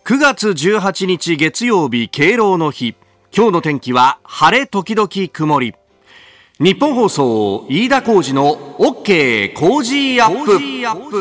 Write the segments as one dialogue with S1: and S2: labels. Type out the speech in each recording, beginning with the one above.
S1: 9月18日月曜日、敬老の日。今日の天気は晴れ時々曇り。日本放送飯田浩司の OK 工事アップ。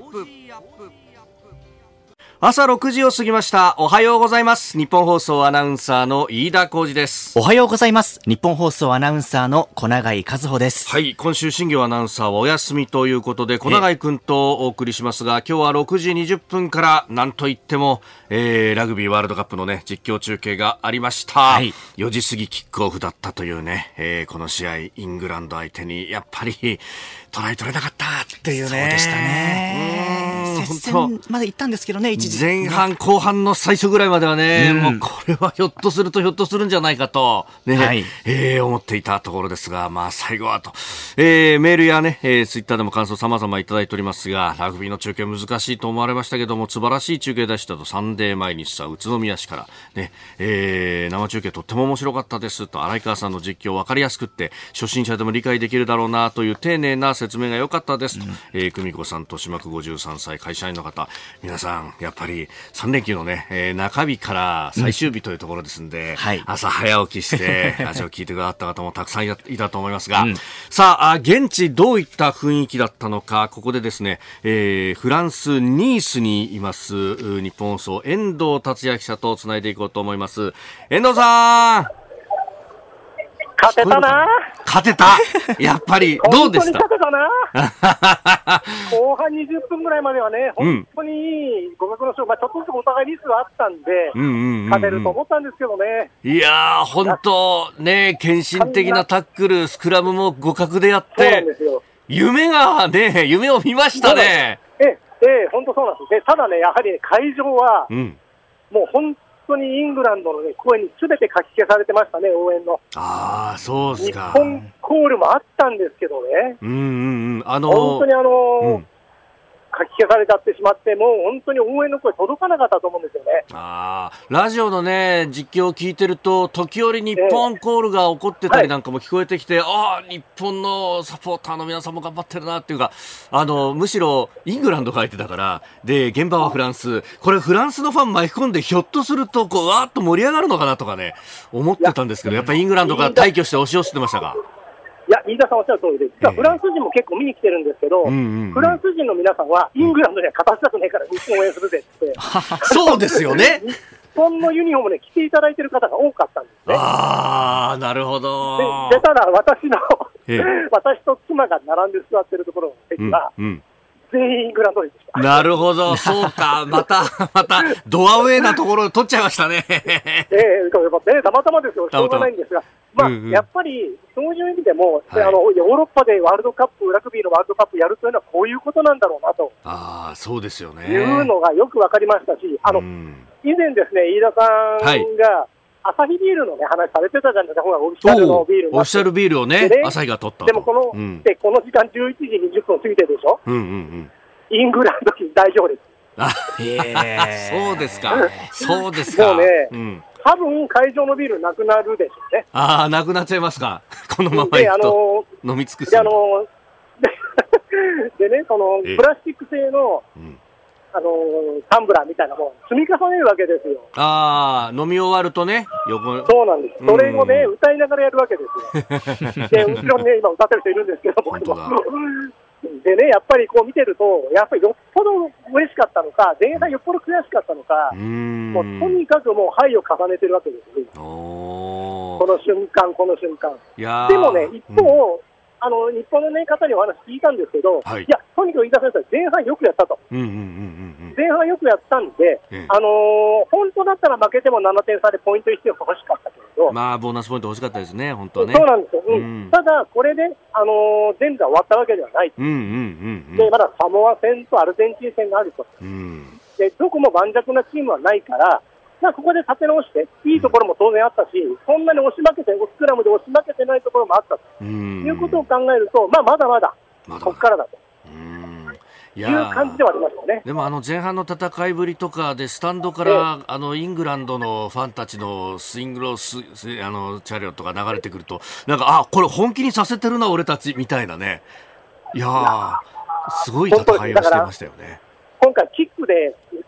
S1: 朝6時を過ぎました。おはようございます。日本放送アナウンサーの飯田浩司です。
S2: おはようございます。日本放送アナウンサーの小永井和穂です。
S1: はい、今週新業アナウンサーはお休みということで、小永井くんとお送りしますが、今日は6時20分からなんといっても、ラグビーワールドカップのね、実況中継がありました。はい、4時過ぎキックオフだったというね、この試合、イングランド相手にやっぱりトライ取れなかったっていうね。
S2: そうでしたね。接戦まで行ったんですけどね、一時
S1: 前半後半の最初ぐらいまではね、もうこれはひょっとするんじゃないかと、ね、はい、思っていたところですが、まあ最後はと、メールやね、ツイッターでも感想様々いただいておりますが、ラグビーの中継難しいと思われましたけども、素晴らしい中継でしたと、サンデー毎日さ宇都宮市からね、生中継とっても面白かったですと、荒井川さんの実況分かりやすくって初心者でも理解できるだろうなという丁寧な説明が良かったですと、久美子さん、豊島区53歳会社員の方、皆さんやっぱり3連休のね、中日から最終日というところですんで、はい、朝早起きしてラジオ聞いてくださった方もたくさんいたと思いますが、さあ現地どういった雰囲気だったのか、ここでですね、フランスニースにいます日本放送遠藤達也記者とつないでいこうと思います。遠藤さん、
S3: 勝てたな。
S1: 勝てた。やっぱりどうでした？
S3: 本当に勝てたな。後半20分ぐらいまではね、本当にいい互角の勝負、まあ、ちょっとずつお互いミスがあったんで、勝てると思ったんですけどね。
S1: いやー、本当ね、献身的なタックル、スクラムも互角でやって、夢を見ましたね。
S3: 本当そうなんですね。ただね、やはり、ね、会場は、もう本当にイングランドの、ね、声にすべてかき消されてましたね、応援の。
S1: ああ、そうですか。
S3: 日本コールもあったんですけどね。本当にかき消されちゃってしまって、もう本当に応援の声届かなかったと思うんですよね。
S1: ラジオのね、実況を聞いてると、時折日本コールが起こってたりなんかも聞こえてきて、日本のサポーターの皆さんも頑張ってるなっていうか、むしろイングランドが相手だから、で、現場はフランス。これフランスのファン巻き込んで、ひょっとすると、こう、わーっと盛り上がるのかなとかね、思ってたんですけど、やっぱりイングランドが大挙して押し寄せてましたか？
S3: いや、飯田さんおっしゃる通りで、実はフランス人も結構見に来てるんですけど、フランス人の皆さんは、イングランドには勝たせたくないから日本を応援するぜって。
S1: そうですよね。
S3: 日本のユニフォームで着ていただいてる方が多かったんですね。
S1: なるほど。
S3: で、ただ私と妻が並んで座ってるところの席は、全員イングランド人でした。
S1: なるほど、そうか。また、ドアウェイなところを取っちゃいましたね。
S3: たまたまですよ、しょうがないんですが。まあ、やっぱりそういう意味でも、ヨーロッパでワールドカップ、ラグビーのワールドカップやるというのはこういうことなんだろうなと。
S1: そうですよね。
S3: いうのがよくわかりましたし、以前ですね、飯田さんが、アサヒビールのね、話されてたじゃないですか、オフィシャルのビール
S1: オフィシャルビールをね、アサヒが取ったと。
S3: でもこの時間11時20分過ぎてるでしょ。イングランド人大丈夫です。
S1: そうですか。そうですか。
S3: もうね、多分会場のビールなくなるでしょうね。
S1: なくなっちゃいますか。このままいくと飲み尽くす。でね、プラスチック製のタンブラーみたいなもん積み重ねるわけですよ。 飲み終わるとね、
S3: そうなんです。それをね、歌いながらやるわけですよ。で、後ろにね、今歌ってる人いるんですけど、僕も。でね、やっぱりこう見てると、やっぱりよっぽど嬉しかったのか、前半よっぽど悔しかったのか、もうとにかくもう杯を重ねてるわけですよ。この瞬間。でもね、一方、日本の、ね、方にお話聞いたんですけど、いや、とにかく飯田先生は前半よくやったと。前半よくやったんで、本当だったら負けても7点差でポイント1点欲しかったけれど、
S1: ボーナスポイント欲しかったですね、本当はね。
S3: そうなんですよ。ただ、これで、全部終わったわけではない。で、まだサモア戦とアルゼンチン戦があると。で、どこも盤石なチームはないから、ここで立て直して、いいところも当然あったし、そんなに押し負けて、スクラムで押し負けてないところもあったということを考えると、まだまだ、ここからだと。いう感じではありましたね。
S1: でも前半の戦いぶりとかでスタンドから、イングランドのファンたちのスイングロスチャリオットが流れてくると、なんかこれ本気にさせてるな俺たちみたいなね。すごい戦いをしていましたよね。
S3: 今回キックで日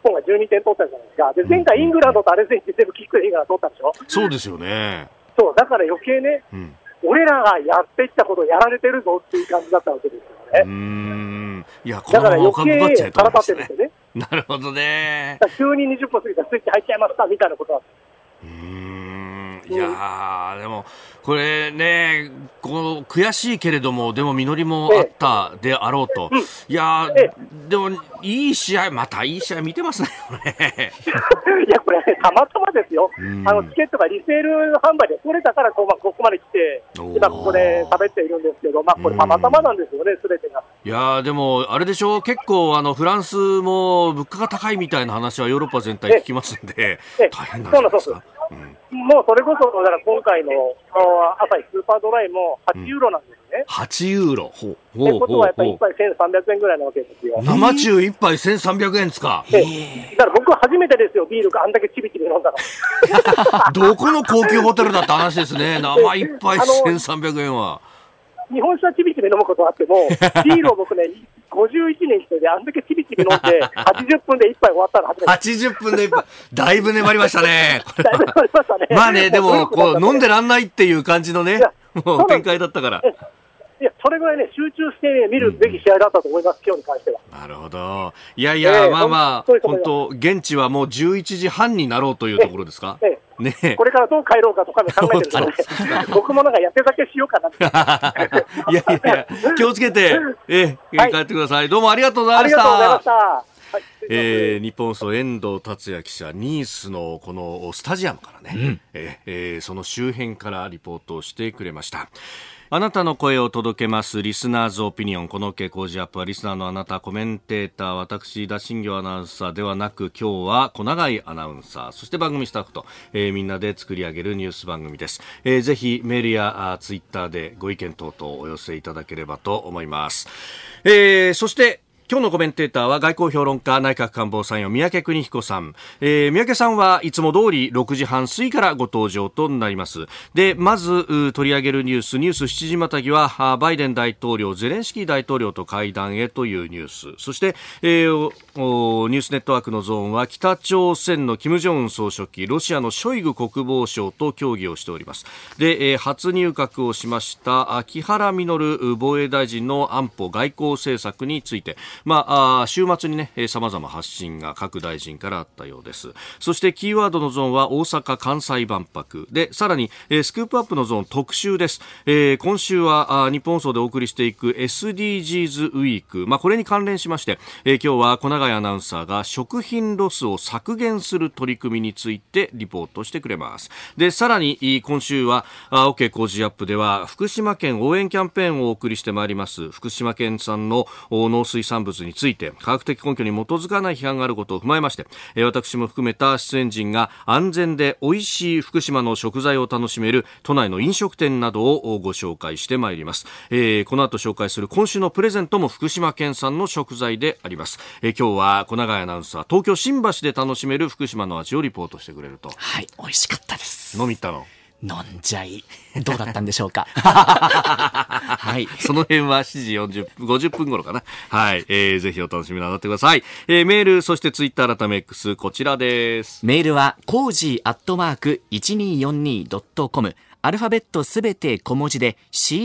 S3: 本が12点取ったじゃないですか。で、前回イングランドとアルゼンチン全部キックでイングランド取ったでしょ。
S1: そうですよね。
S3: そう、だから余計ね、俺らがやってきたことをやられてるぞっていう感じだったわけですよね。
S1: いや、
S3: だから余計腹立ってるんですよね。
S1: なるほどね。
S3: 急に20分過ぎたらスイッチ入っちゃいましたみたいなことなんです。
S1: いやー、でもこれね、この悔しいけれども、でも実りもあったであろうと、いやー、でもいい試合、またいい試合見てますね、これ。
S3: いや、これ、ね、たまたまですよ、チケットがリセール販売で取れたからここまで来て、今、ここで喋っているんですけど、これ、たまたまなんですよね、すべてが。
S1: いやー、でも、あれでしょう、結構フランスも物価が高いみたいな話はヨーロッパ全体聞きますんで、大変なんじゃないですか。
S3: もうそれこそ、だから今回の朝日スーパードライも8ユーロなんですね。
S1: 8ユーロ。
S3: ってことはやっぱり1杯1300円ぐらいなわけですよ。
S1: 生中1杯1300円ですか。
S3: だから僕は初めてですよ、ビールがあんだけちびちび飲んだの。
S1: どこの高級ホテルだって話ですね。生1杯1300円は。
S3: 日本酒はちびちび飲むことはあっても、ビールを僕ね、51年してであんだけちびちび飲んで、80分で1杯終わったの初めて。
S1: 80分で1杯。だいぶ粘りましたね。
S3: だいぶ粘りましたね。
S1: まあね、でも、飲んでらんないっていう感じのね、もう展開だったから。
S3: いや、それぐらいね、集中して、ね、見るべき試合だったと思います、今日に関しては。
S1: なるほど。いやいや、まあ、本当、現地はもう11時半になろうというところですか。
S3: ね、これからどう帰ろうかとか考えてるので、僕もなんかやって酒しようかなって。
S1: いやいや、気をつけて、帰ってください。どうもありがとうございました。
S3: ありがとうございました。
S1: 日本放送遠藤達也記者、ニースのこのスタジアムからね、その周辺からリポートをしてくれました。あなたの声を届けますリスナーズオピニオン。この OK 工事アップはリスナーのあなた、コメンテーター、私田新行アナウンサーではなく、今日は小永井アナウンサー、そして番組スタッフと、みんなで作り上げるニュース番組です。ぜひメールやツイッターでご意見等々お寄せいただければと思います。そして今日のコメンテーターは外交評論家内閣官房参与三宅邦彦さん。三宅さんはいつも通り6時半過ぎからご登場となります。で、まず取り上げるニュース7時またぎはバイデン大統領、ゼレンスキー大統領と会談へというニュース。そして、ニュースネットワークのゾーンは北朝鮮の金正恩総書記、ロシアのショイグ国防相と協議をしております。で、初入閣をしました木原稔防衛大臣の安保外交政策について、週末にね、様々発信が各大臣からあったようです。そしてキーワードのゾーンは大阪・関西万博で、さらにスクープアップのゾーン特集です。今週は日本放送でお送りしていく SDGs ウィーク、これに関連しまして、今日は小永井アナウンサーが食品ロスを削減する取り組みについてリポートしてくれます。で、さらに今週は OK 工事アップでは福島県応援キャンペーンをお送りしてまいります。福島県産の農水産物について科学的根拠に基づかない批判があることを踏まえまして、私も含めた出演陣が安全で美味しい福島の食材を楽しめる都内の飲食店などをご紹介してまいります。この後紹介する今週のプレゼントも福島県産の食材であります。今日は小永井アナウンサー、東京新橋で楽しめる福島の味をリポートしてくれると。
S2: はい、美味しかったです。
S1: 飲み行ったの？
S2: 飲んじゃいどうだったんでしょうか。はい、
S1: その辺は7時50分頃かな。はい、ぜひお楽しみになってください。メール、そしてツイッター改め X、こちらです。
S2: メールはコージー@1242.com、アルファベットすべて小文字で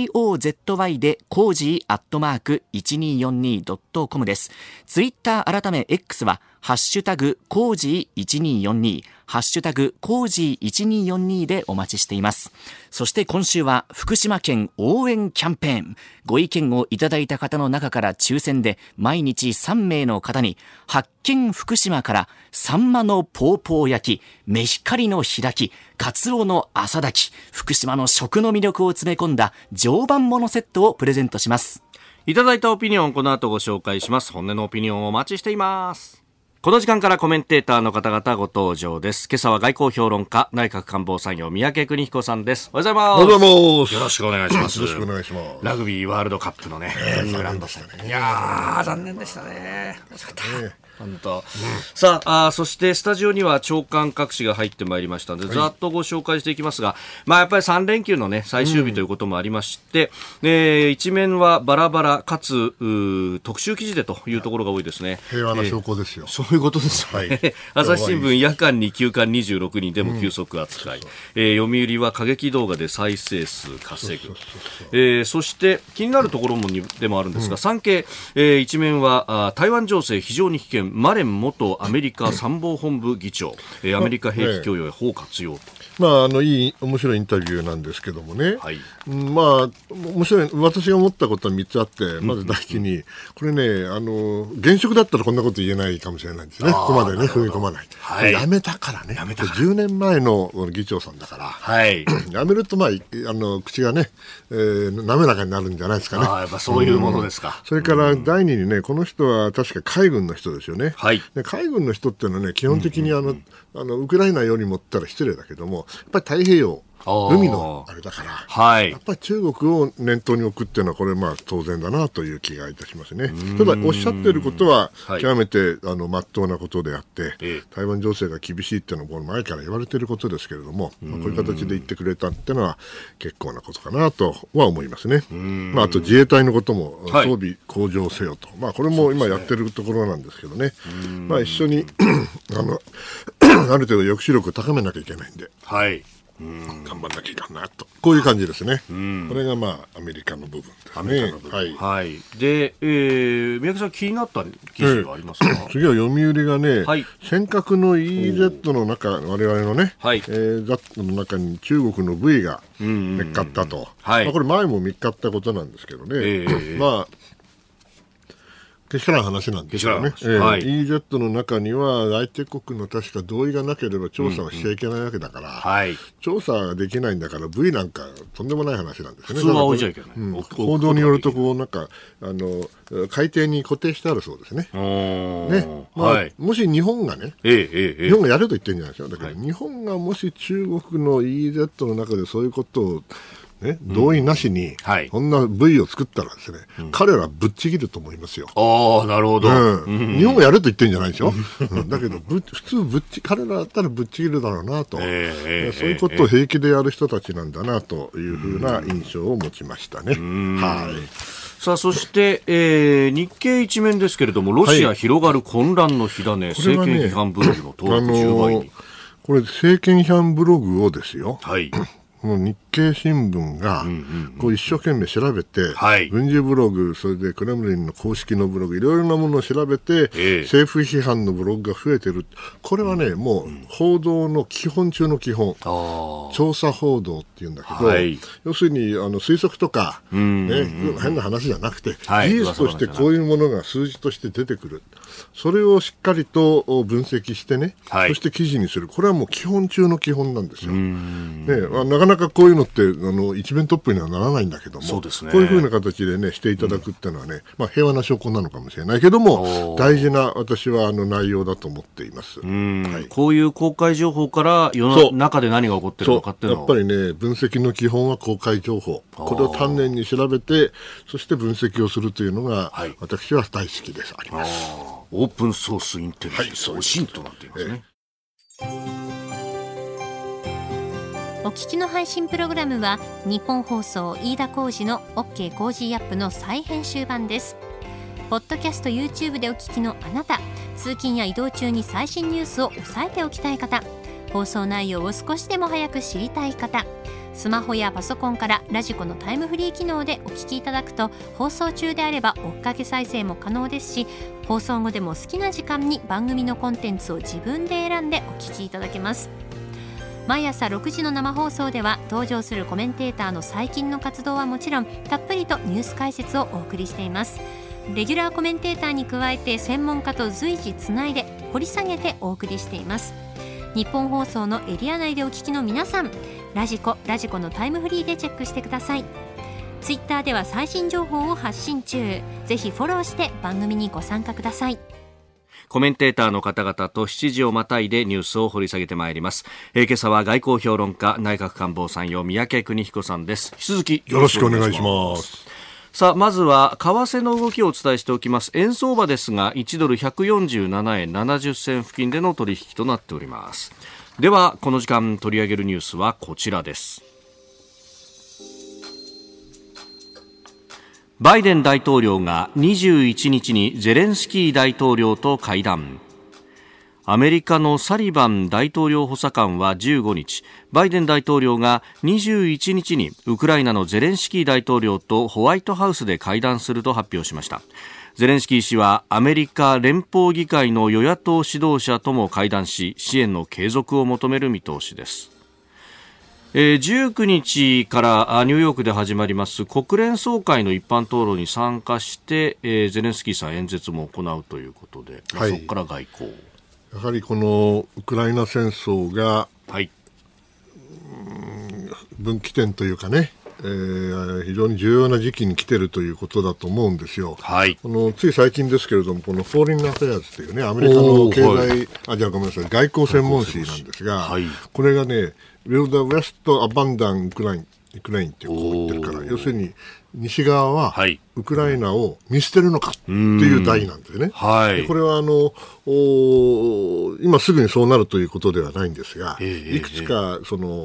S2: COZY でコージー@1242.com です。ツイッター改め X はハッシュタグコージー1242、ハッシュタグコージー1242でお待ちしています。そして今週は福島県応援キャンペーン、ご意見をいただいた方の中から抽選で毎日3名の方に発見福島からサンマのポーポー焼き、メヒカリの開き、カツオの朝炊き、福島の食の魅力を詰め込んだ常磐ものセットをプレゼントします。
S1: いただいたオピニオン、この後ご紹介します。本音のオピニオンをお待ちしています。この時間からコメンテーターの方々ご登場です。今朝は外交評論家内閣官房参与三宅邦彦さんです。おはようございます。
S4: おはようございます。
S1: よろしくお願いします。
S4: よろしくお願いします。
S1: ラグビーワールドカップのね、イングランド戦、いやー残念でしたね。惜しかった。 本当、さあ、そしてスタジオには長官各紙が入ってまいりましたので、ざっとご紹介していきますが、やっぱり3連休の、ね、最終日ということもありまして、一面はバラバラかつ特集記事でというところが多いですね。
S4: 平和な証拠ですよ。
S1: そういうことですよね。朝日新聞、夜間に休刊26人でも休息扱い、読売は過激動画で再生数稼ぐ。そして気になるところでもあるんですが、産経、一面は台湾情勢非常に危険、マレン元アメリカ参謀本部議長、アメリカ兵器供与へ法活用。
S4: 面白いインタビューなんですけどもね、面白い、私が思ったことは3つあって、まず第一に、これね、現職だったらこんなこと言えないかもしれないんですね、ここまでね、踏み込まない。辞めたからね、10年前の議長さんだから、辞めると、口がね、滑らかになるんじゃないですかね。
S1: やっぱそういうものですか。
S4: それから第二にね、この人は確か海軍の人ですよね。で海軍の人っていうのはね、基本的にウクライナよりもったら失礼だけども、やっぱり太平洋海のあれだから、やっぱり中国を念頭に置くっていうのはこれ当然だなという気がいたしますね。ただおっしゃっていることは極めて真っ当なことであって、台湾情勢が厳しいっていうのは前から言われていることですけれども、こういう形で言ってくれたっていうのは結構なことかなとは思いますね。あと自衛隊のことも装備向上せよと、これも今やってるところなんですけどね、一緒にある程度抑止力を高めなきゃいけないんで、頑張らなきゃいかんなと、こういう感じですね。これがアメリカの部分ですね。
S1: で、宮家さん気になった記事がありますか？
S4: 次は読売がね、尖閣の EZ の中、我々のね、Z の中に中国の V が見っかったと、これ前も見っかったことなんですけどね、けしからん話なんですよね。EZ の中には相手国の確か同意がなければ調査をしちゃいけないわけだから、調査ができないんだから V なんかとんでもない話なんですね。
S1: 普通は置いちゃいけない。
S4: 報道によると海底に固定してあるそうですね。もし日本がね、日本がやると言ってるんじゃないですよ。だから日本がもし中国の EZ の中でそういうことを同意なしに、こんな V を作ったらですね、彼らぶっちぎると思いますよ。
S1: なるほど。
S4: 日本がやると言ってるんじゃないでしょ。だけど普通彼らだったらぶっちぎるだろうなと、そういうことを平気でやる人たちなんだなというふうな印象を持ちましたね。
S1: さあ、そして、日経一面ですけれども、ロシア広がる混乱の火種、政権批判ブログの登録10倍に。
S4: これ政権批判ブログをですよ、もう日経新聞がこう一生懸命調べて、軍事ブログ、それでクレムリンの公式のブログ、いろいろなものを調べて、政府批判のブログが増えてる。これはね、もう報道の基本中の基本、調査報道っていうんだけど、要するに推測とか、変な話じゃなくて、事実としてこういうものが数字として出てくる。それをしっかりと分析してね、そして記事にする。これはもう基本中の基本なんですよ。なかなかこういうのって一面トップにはならないんだけども、こういうふうな形でねしていただくっていうのはね、平和な証拠なのかもしれないけども、大事な私は内容だと思っています。
S1: こういう公開情報から世の中で何が起こってるのかっていうのを、
S4: やっぱりね、分析の基本は公開情報、これを丹念に調べて、そして分析をするというのが、私は大好きです。あります。
S1: オープンソースインテリジェンス、OSINTとなっていますね。
S5: お聞きの配信プログラムは日本放送飯田浩司の OK コージーアップの再編集版です。ポッドキャスト YouTube でお聞きのあなた、通勤や移動中に最新ニュースを押さえておきたい方、放送内容を少しでも早く知りたい方、スマホやパソコンからラジコのタイムフリー機能でお聞きいただくと、放送中であれば追っかけ再生も可能ですし、放送後でも好きな時間に番組のコンテンツを自分で選んでお聞きいただけます。毎朝6時の生放送では登場するコメンテーターの最近の活動はもちろん、たっぷりとニュース解説をお送りしています。レギュラーコメンテーターに加えて専門家と随時つないで掘り下げてお送りしています。日本放送のエリア内でお聞きの皆さん、ラジコのタイムフリーでチェックしてください。ツイッターでは最新情報を発信中。ぜひフォローして番組にご参加ください。
S1: コメンテーターの方々と7時をまたいでニュースを掘り下げてまいります。今朝は外交評論家、内閣官房参与、三宅邦彦さんです。引き続き
S4: よろしくお願いします。
S1: さあ、まずは為替の動きをお伝えしておきます。円相場ですが1ドル147円70銭付近での取引となっております。ではこの時間取り上げるニュースはこちらです。バイデン大統領が21日にゼレンスキー大統領と会談。アメリカのサリバン大統領補佐官は15日、バイデン大統領が21日にウクライナのゼレンスキー大統領とホワイトハウスで会談すると発表しました。ゼレンスキー氏はアメリカ連邦議会の与野党指導者とも会談し、支援の継続を求める見通しです。19日からニューヨークで始まります国連総会の一般討論に参加して、ゼレンスキーさん演説も行うということで、そこから外交。
S4: やはりこのウクライナ戦争が、分岐点というかね、非常に重要な時期に来ているということだと思うんですよ。つい最近ですけれども、このフォーリンアフェアーズというね、アメリカの経済、ごめんなさい、外交専門誌なんですが、これがね、Will the West abandon Ukraineってこう言ってるから、要するに西側はウクライナを見捨てるのかっていう題なんですね。でこれは今すぐにそうなるということではないんですが、いくつかその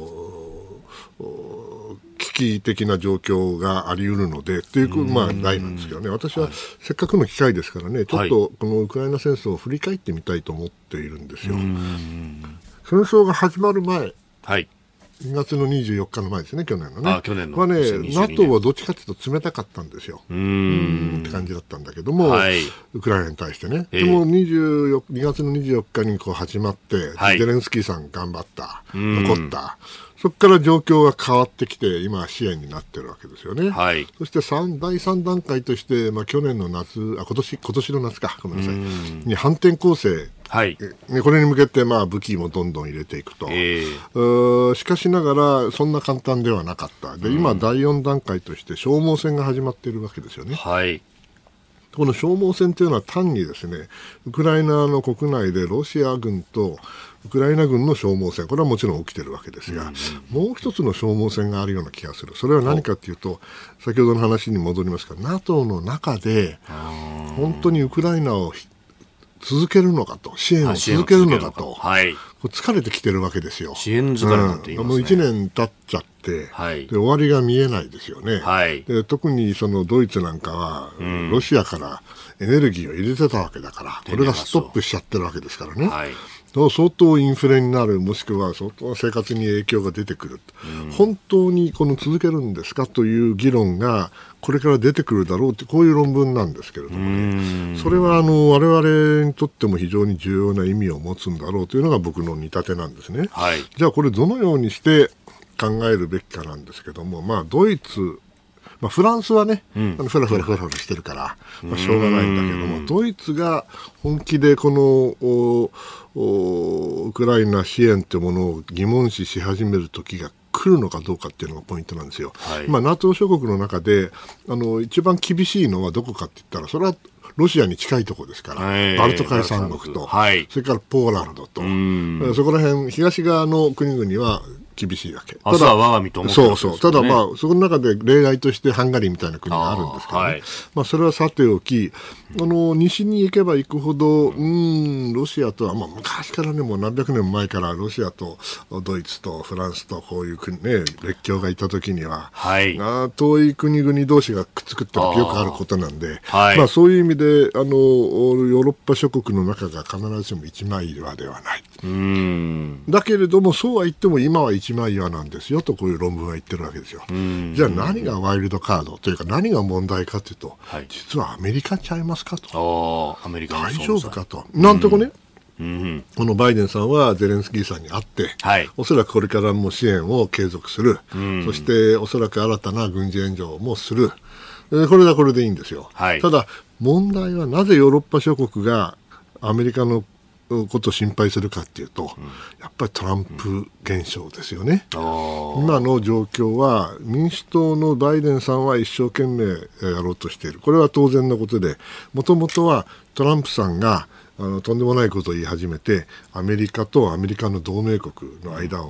S4: 危機的な状況があり得るのでという題なんですけどね、私はせっかくの機会ですからね、ちょっとこのウクライナ戦争を振り返ってみたいと思っているんですよ。戦争が始まる前、2月の24日の前ですね、去年のね。はね、NATO はどっちかというと冷たかったんですよ。って感じだったんだけども、ウクライナに対してね。でも2月の24日にこう始まって、ゼレンスキーさん頑張った、残った。そこから状況が変わってきて、今は支援になってるわけですよね。そして第3段階として、去年の夏、今年の夏か、ごめんなさい、に反転攻勢、これに向けて武器もどんどん入れていくと、しかしながらそんな簡単ではなかった。で今第4段階として消耗戦が始まっているわけですよね。この消耗戦というのは単にですね、ウクライナの国内でロシア軍とウクライナ軍の消耗戦、これはもちろん起きているわけですが、もう一つの消耗戦があるような気がする。それは何かというと、先ほどの話に戻りますが、 NATO の中で本当にウクライナを続けるのかと、支援を続けるのかと、疲れてきてるわけですよ。
S1: 支援疲れなんて言いますね。
S4: もう1年経っちゃって、で終わりが見えないですよね。で特にそのドイツなんかは、ロシアからエネルギーを入れてたわけだから、これがストップしちゃってるわけですからね。相当インフレになる、もしくは相当生活に影響が出てくる、本当にこの続けるんですかという議論がこれから出てくるだろうという、こういう論文なんですけれどもね、それは我々にとっても非常に重要な意味を持つんだろうというのが僕の見立てなんですね。じゃあこれどのようにして考えるべきかなんですけども、ドイツ、フランスはね、フラフラしてるから、しょうがないんだけども、ドイツが本気でこのウクライナ支援というものを疑問視し始める時が来るのかどうかっていうのがポイントなんですよ。NATO 諸国の中で一番厳しいのはどこかって言ったら、それはロシアに近いところですから、バルト海三国と、それからポーランドと、そこら辺東側の国々は厳しいわけ。ただ我が身と思ってるわけですよね。ただそこの中で例外としてハンガリーみたいな国があるんですけどね、それはさておき、西に行けば行くほどロシアとは、昔からね、もう何百年も前からロシアとドイツとフランスとこういう国、ね、列強がいた時には、遠い国々同士がくっつくってのはよくあることなんで、そういう意味でヨーロッパ諸国の中が必ずしも一枚岩ではない。だけれどもそうは言っても今は一枚岩なんですよと、こういう論文は言ってるわけですよ。じゃあ何がワイルドカードというか何が問題かというと、実はアメリカちゃいますかと、アメリカの大丈夫かと、なんとこね、このバイデンさんはゼレンスキーさんに会って、おそらくこれからも支援を継続する、そしておそらく新たな軍事援助もする、これはこれでいいんですよ。ただ問題は、なぜヨーロッパ諸国がアメリカのことを心配するかっていうと、やっぱりトランプ現象ですよね。今の状況は民主党のバイデンさんは一生懸命やろうとしている。これは当然のことで、もともとはトランプさんがとんでもないことを言い始めて、アメリカとアメリカの同盟国の間を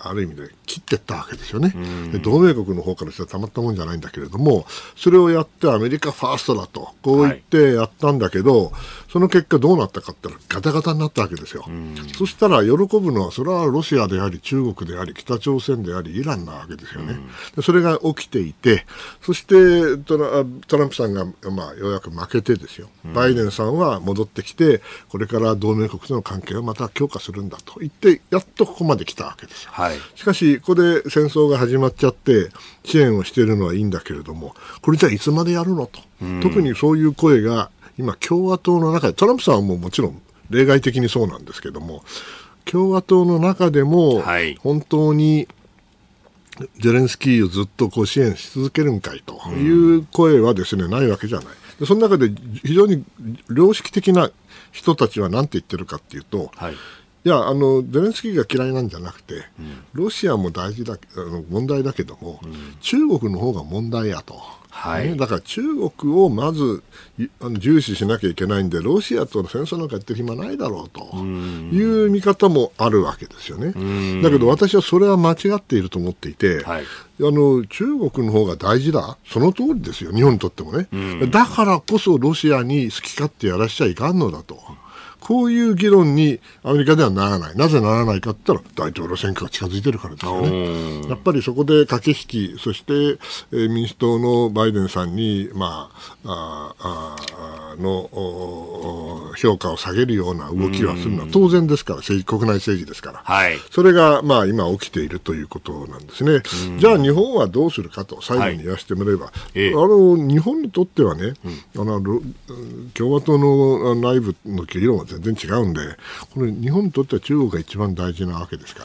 S4: ある意味で切っていったわけですよね。で同盟国の方からしたらたまったもんじゃないんだけれども、それをやってアメリカファーストだとこう言ってやったんだけど、その結果どうなったかって言ったらガタガタになったわけですよ。そしたら喜ぶのはそれはロシアであり中国であり北朝鮮でありイランなわけですよね。でそれが起きていて、そしてトランプさんが、ようやく負けてですよ、バイデンさんは戻ってきてこれから同盟国との関係をまた強化するんだと言ってやっとここまで来たわけですよ。しかしここで戦争が始まっちゃって支援をしているのはいいんだけれども、これじゃあいつまでやるのと、特にそういう声が今共和党の中で、トランプさんはもちろん例外的にそうなんですけども、共和党の中でも本当にゼレンスキーをずっとこう支援し続けるんかいという声はですね、ないわけじゃない。でその中で非常に良識的な人たちは何て言ってるかっていうと、いやゼレンスキーが嫌いなんじゃなくて、ロシアも大事だ問題だけども、中国の方が問題やと。だから中国をまず重視しなきゃいけないんで、ロシアとの戦争なんかやってる暇ないだろうという見方もあるわけですよね。だけど私はそれは間違っていると思っていて、中国の方が大事だ、その通りですよ、日本にとってもね。だからこそロシアに好き勝手やらしちゃいかんのだと。こういう議論にアメリカではならない。なぜならないかって言ったら大統領選挙が近づいてるからですよね。やっぱりそこで駆け引き、そして、民主党のバイデンさんに、評価を下げるような動きはするのは当然ですから、国内政治ですから、それが今起きているということなんですね。じゃあ日本はどうするかと最後に言わせてもらえば、日本にとってはね、共和党の内部の議論は全然違うんで、これ日本にとっては中国が一番大事なわけですから、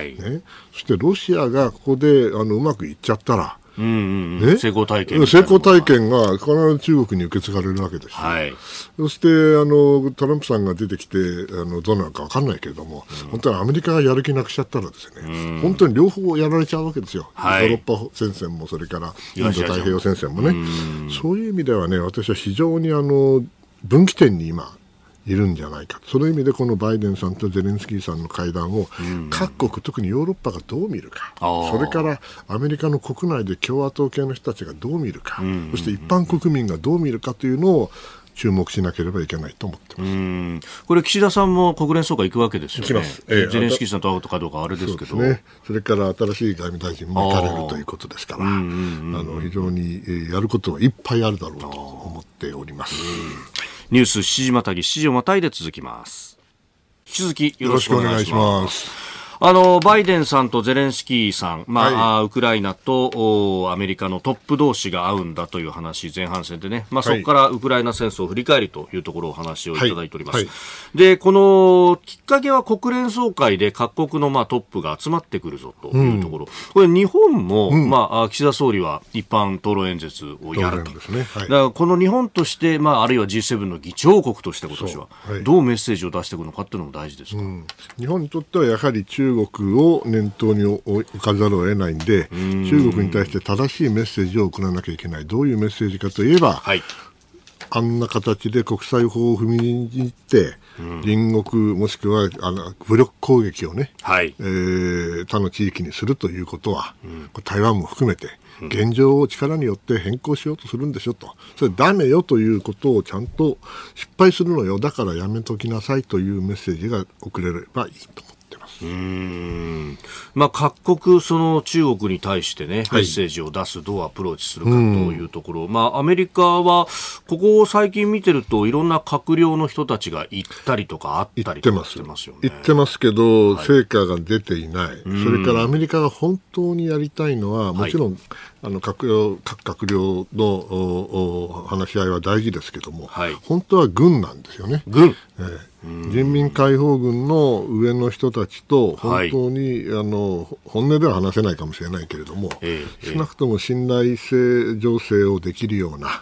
S4: そしてロシアがここでうまくいっちゃったら、
S1: 成功体験
S4: が必ず中国に受け継がれるわけですし、そしてトランプさんが出てきてどうなるか分かんないけれども、本当にアメリカがやる気なくしちゃったらですね、本当に両方やられちゃうわけですよ。ヨーロッパ戦線もそれからインド太平洋戦線もね。そういう意味ではね、私は非常に分岐点に今いるんじゃないか。その意味でこのバイデンさんとゼレンスキーさんの会談を各国、特にヨーロッパがどう見るか、それからアメリカの国内で共和党系の人たちがどう見るか、そして一般国民がどう見るかというのを注目しなければいけないと思ってます。
S1: これ岸田さんも国連総会行くわけですよね。行きます。ゼレンスキーさんと会うかどうかあれですけど、
S4: そうですね。それから新しい外務大臣も行かれるということですから、非常にやることはいっぱいあるだろうと思っております。
S1: ニュース7時またぎ、7時をまたいで続きます。引き続きよろしくお願いします。バイデンさんとゼレンスキーさん、ウクライナとアメリカのトップ同士が会うんだという話、前半戦でね、そこからウクライナ戦争を振り返りというところをお話をいただいております。で、このきっかけは国連総会で各国のトップが集まってくるぞというところ、これ日本も、岸田総理は一般討論演説をやると。だからこの日本として、あるいは G7 の議長国として今年はどうメッセージを出していくのかっていうのも大事ですか。
S4: 日本にとってはやはり中国を念頭に置かざるを得ないんで、中国に対して正しいメッセージを送らなきゃいけない。どういうメッセージかといえば、あんな形で国際法を踏みにじって隣国もしくは武力攻撃をね、他の地域にするということは、台湾も含めて現状を力によって変更しようとするんでしょと。それダメよということをちゃんと失敗するのよ、だからやめときなさいというメッセージが送れればいいと思って
S1: 各国その中国に対してね、メッセージを出す、どうアプローチするかというところ、アメリカはここを最近見てるといろんな閣僚の人たちが行ったりとか会ったりとかしてますよね。
S4: 言ってますけど、成果が出ていない。それからアメリカが本当にやりたいのは、もちろん各閣僚の話し合いは大事ですけども、本当は軍なんですよね。人民解放軍の上の人たちと本当に、本音では話せないかもしれないけれども、少なくとも信頼性醸成をできるような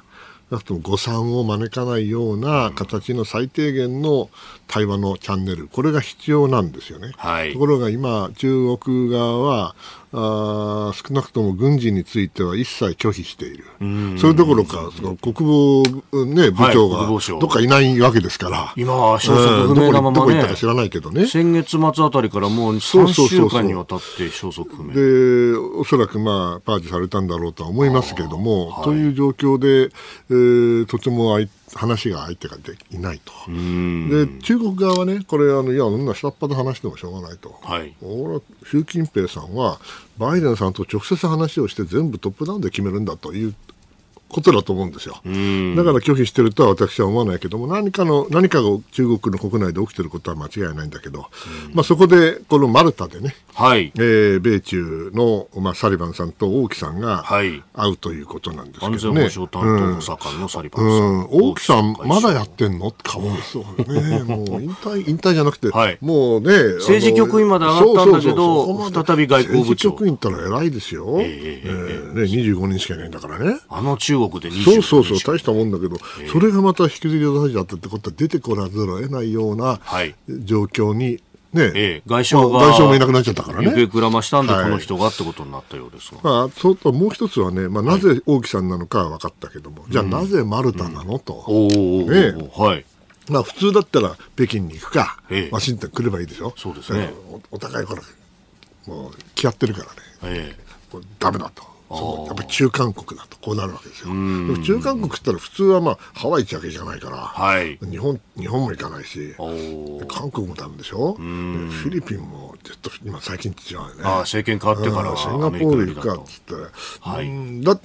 S4: なくとも誤算を招かないような形の最低限の対話のチャンネル、これが必要なんですよね。
S1: はい、
S4: ところが今、中国側は少なくとも軍事については一切拒否している。それどころかその国防、ね、部長がどっかいないわけですから、
S1: 今は消息不明なままね、
S4: どこ行ったか知らないけどね、
S1: 先月末あたりからもう3週間にわたって消息不明
S4: で、おそらくパージされたんだろうとは思いますけれども、はい、という状況で、とても話が相手がいないと。で、中国側はね、これいや、そんな下っ端で話してもしょうがないと。はい、習近平さんはバイデンさんと直接話をして全部トップダウンで決めるんだということだと思うんですよ。だから拒否してるとは私は思わないけども、何かが中国の国内で起きてることは間違いないんだけど、そこでこのマルタでね、はい、米中の、サリバンさんと王毅さんが会うということなんですけどね。安
S1: 全保障担当補佐官のサリバンさん、
S4: 王毅さんまだやってんのって顔ですよね。もう引退じゃなくて、はい、もうね、
S1: 政治局員まで上がったんだけど、再び外交部長。
S4: 政治局員ったら偉いですよ。25人しかいないんだからね。
S1: 中国で25
S4: そう大したもんだけど、それがまた引きずり出されちゃったってことは出てこらざるを得ないような状況に、ね、
S1: 外相
S4: もいなくなっちゃったからね。
S1: 行方くらましたんで、この人がってことになったようですが、
S4: そうもう一つはね、なぜ王毅さんなのかは分かったけども、じゃあなぜマルタなのと。普通だったら北京に行くか、ワシントン来ればいいでしょ。
S1: そうですね。
S4: お互いこれもう気合ってるからね、ダメだと。やっぱり中間国だとこうなるわけですよ。でも中間国って言ったら普通はハワイ行くわけじゃないから、はい、日本も行かないし、韓国もダメでしょ。フィリピンもちょっと今最近違うよね。
S1: 政権変わってから
S4: シンガポール行くかっつって、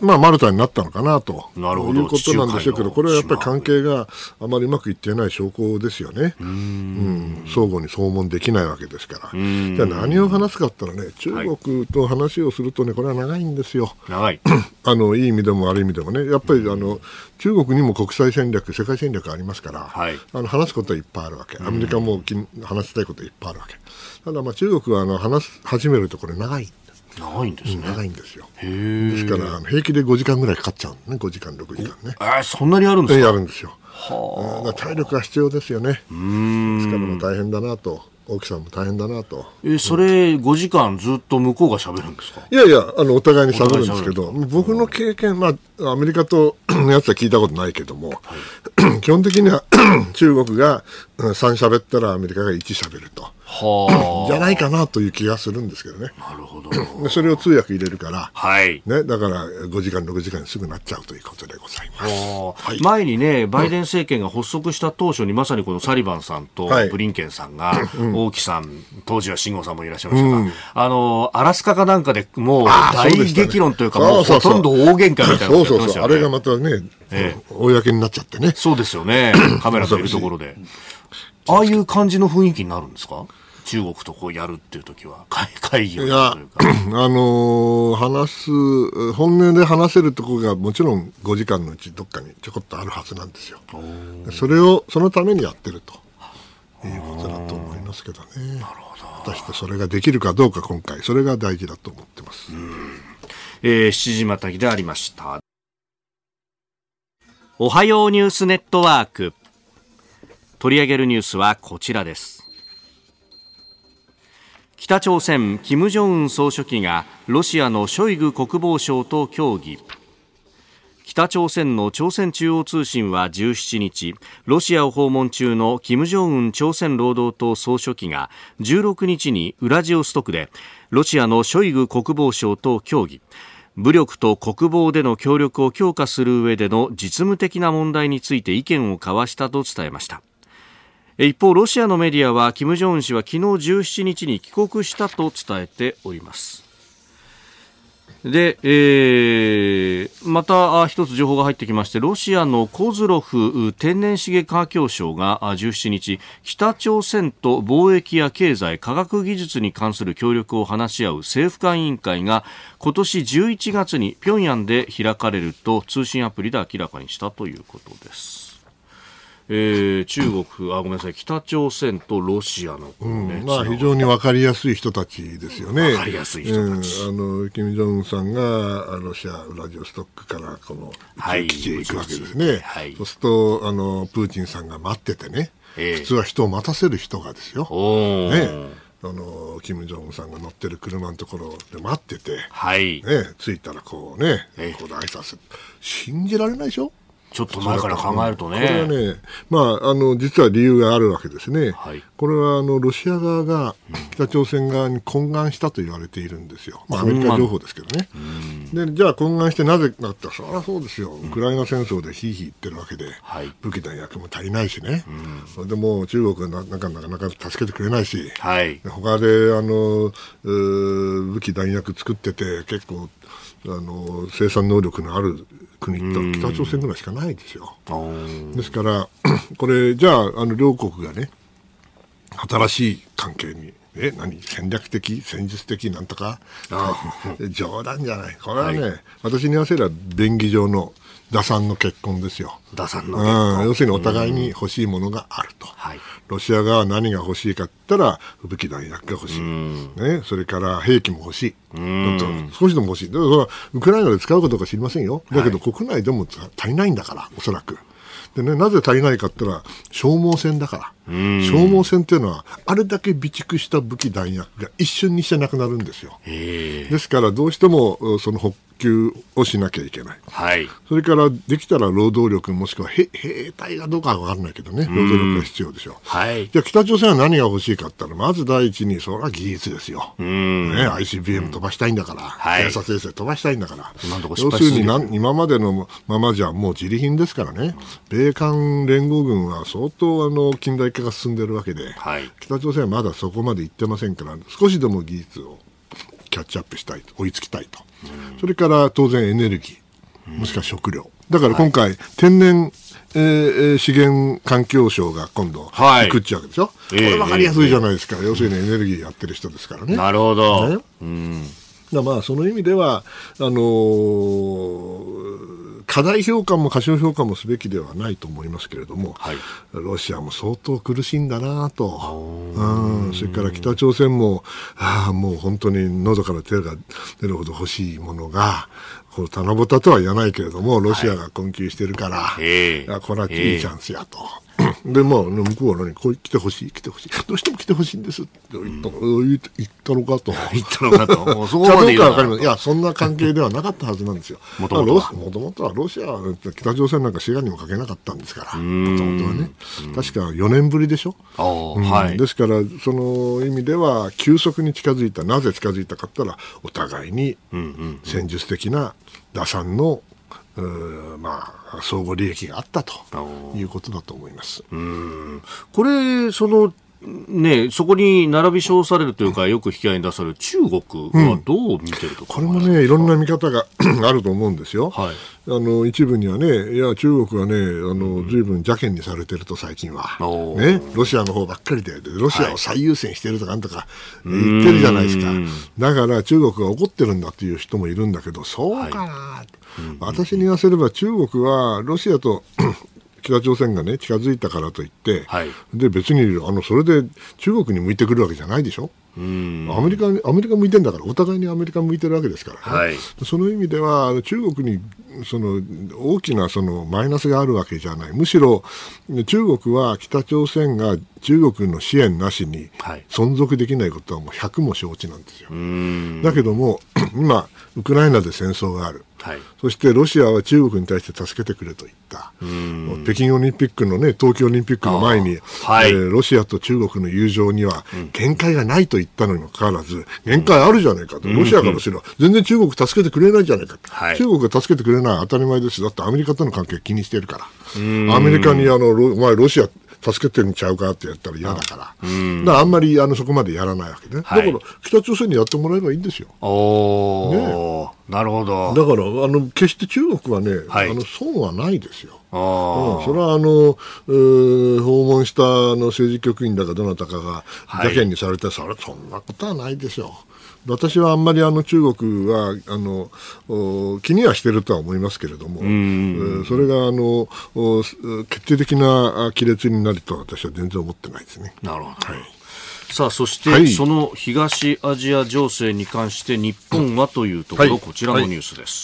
S4: マルタになったのかなということなんでしょうけど、これはやっぱり関係があまりうまくいっていない証拠ですよね。相互に訪問できないわけですから。じゃあ何を話すかって言ったらね、中国と話をするとね、これは長いんですよ。
S1: 長い
S4: いい意味でも悪い意味でもね、やっぱり中国にも国際戦略、世界戦略ありますから、話すことはいっぱいあるわけ。アメリカも話したいこといっぱいあるわけ。ただ中国は話し始めるとこれ長いんですね。長いんですよ。ですから平気で5時間ぐらいかかっちゃうね。5時間6時間ね。
S1: そんなにあるんですか。
S4: やるんですよ。体力が必要ですよね。ですから大変だなと。大木さんも大変だなと。
S1: それ5時間ずっと向こうが喋るんですか。
S4: いやお互いに喋るんですけど、僕の経験、アメリカとのやつは聞いたことないけども、基本的には中国が3喋ったらアメリカが1喋ると。じゃないかなという気がするんですけどね。
S1: なるほど。
S4: それを通訳入れるから、
S1: はい
S4: ね、だから5時間6時間にすぐなっちゃうということでございます。
S1: 前にね、バイデン政権が発足した当初にまさにこのサリバンさんとブリンケンさんが、王毅さん、当時は辛坊さんもいらっしゃいましたが、アラスカかなんかでもう大激論というか、もうほとんど大喧嘩みたいなのをやってましたよね。
S4: あれがまたね、公になっちゃってね。
S1: そうですよね。カメラといるところで。ああいう感じの雰囲気になるんですか。中国とやるっていう時は会議をやるというか、
S4: 本音で話せるところがもちろん5時間のうちどっかにちょこっとあるはずなんですよ。そのためにやってるということだと思いますけどね。なるほど。果たしてそれができるかどうか、今回それが大事だと思ってます。
S1: 7時またぎでありました。おはようニュースネットワーク、取り上げるニュースはこちらです。北朝鮮金正恩総書記がロシアのショイグ国防相と協議。北朝鮮の朝鮮中央通信は17日、ロシアを訪問中の金正恩朝鮮労働党総書記が16日にウラジオストクでロシアのショイグ国防相と協議、武力と国防での協力を強化する上での実務的な問題について意見を交わしたと伝えました。一方、ロシアのメディアは金正恩氏は昨日17日に帰国したと伝えております。で、また一つ情報が入ってきまして、ロシアのコズロフ天然資源環境相が17日、北朝鮮と貿易や経済、科学技術に関する協力を話し合う政府間委員会が今年11月に平壌で開かれると通信アプリで明らかにしたということです。 中国、ごめんなさい、北朝鮮とロシアの、
S4: 非常に分かりやすい人たちですよね。
S1: 分かりやすい人たち。
S4: 金正恩さんがロシアウラジオストックからこの宇宙基地へ行くわけですね。そうするとプーチンさんが待っててね、普通は人を待たせる人がですよ。金正恩さんが乗ってる車のところで待ってて、着いたらこうね、ここで挨拶、信じられないでしょ。
S1: ちょっと前から考えるとね。
S4: これはね、実は理由があるわけですね。これはロシア側が北朝鮮側に懇願したと言われているんですよ。アメリカ情報ですけどね。で、じゃあ懇願してなぜかってそりゃそうですよ。ウクライナ戦争でヒーヒー言ってるわけで、武器弾薬も足りないしね。でも中国がなかなか助けてくれないし、他で武器弾薬作ってて結構生産能力のある国って北朝鮮ぐらいしかないですよ。ですからこれじゃあ両国がね新しい関係に戦略的戦術的なんとか冗談じゃない。これはね、私に言わせれば便宜上の打算の結婚ですよ。
S1: 打算の結婚。
S4: 要するにお互いに欲しいものがあると。ロシア側は何が欲しいかって言ったら武器弾薬が欲しい、それから兵器も欲しい、少しでも欲しい。だからウクライナで使うかどうか知りませんよ。だけど国内でも足りないんだから、おそらく。でね、なぜ足りないかって言ったら消耗戦だから。消耗戦っていうのはあれだけ備蓄した武器弾薬が一瞬にしてなくなるんですよ。ですからどうしてもその補給をしなきゃいけない、それからできたら労働力もしくは兵隊がどうかは分からないけどね、労働力が必要でしょう、じゃあ北朝鮮は何が欲しいかって言ったらまず第一にそれは技術ですよ、ICBM 飛ばしたいんだから、偵察衛星飛ばしたいんだから、要するに今までのままじゃもう自利品ですからね。米韓連合軍は相当近代化が進んでいるわけで、北朝鮮はまだそこまで行ってませんから、少しでも技術をキャッチアップしたいと、追いつきたいと、それから当然エネルギー、もしくは食料だから今回、天然資源環境省が今度行くっちゃうわけでしょ、これ分かりやすいじゃないですか。要するにエネルギーやってる人ですからね。
S1: なるほど、
S4: その意味では過大評価も過小評価もすべきではないと思いますけれども、ロシアも相当苦しいんだなと、それから北朝鮮ももう本当に喉から手が出るほど欲しいものがこう棚ぼたとは言わないけれどもロシアが困窮してるから、これはいいチャンスやと。で向こうはこう来てほしいどうしても来てほしいんですって言ったのかとそこまで言うかどうか分かりません。いやそんな関係ではなかったはずなんですよ。もともとはロシアは北朝鮮なんか志願にもかけなかったんですから、もともとはね、確か4年ぶりでしょ、ですからその意味では急速に近づいた。なぜ近づいたかって言ったらお互いに戦術的な打算の相互利益があったということだと思います。
S1: これそこに並び称されるというかよく引き合いに出される中国はどう見てるとか、
S4: これもねいろんな見方があると思うんですよ、一部にはね、いや中国はね随分邪険にされてると最近は、ロシアの方ばっかりでロシアを最優先してるとかなんとか言ってるじゃないですか。だから中国が怒ってるんだっていう人もいるんだけど、そうかな、私に言わせれば中国はロシアと北朝鮮がね近づいたからといって、で別にそれで中国に向いてくるわけじゃないでしょ。アメリカ向いてるんだから、お互いにアメリカ向いてるわけですからね、その意味では中国に大きなマイナスがあるわけじゃない。むしろ中国は北朝鮮が中国の支援なしに存続できないことはもう100も承知なんですよ。だけども今ウクライナで戦争がある、そしてロシアは中国に対して助けてくれと言った、北京オリンピックのね、東京オリンピックの前に、ロシアと中国の友情には限界がないと言ったのにもかかわらず、限界あるじゃないかと、ロシアからすれば全然中国助けてくれないじゃないかと、中国が助けてくれない当たり前です。だってアメリカとの関係気にしてるから、アメリカにお前ロシア助けてるんちゃうかってやったら嫌だから、だからあんまりそこまそこまでやらないわけね、だから北朝鮮にやってもらえばいいんですよ。
S1: なるほど。
S4: だから決して中国はね、損はないですよ。 それは訪問した政治局員だかどなたかが邪険にされて、そんなことはないでしょう。私はあんまり中国は気にはしてるとは思いますけれども、それが決定的な亀裂になるとは私は全然思ってないですね。
S1: なるほど、はい。さあそして、その東アジア情勢に関して日本はというところ、こちらのニュースです。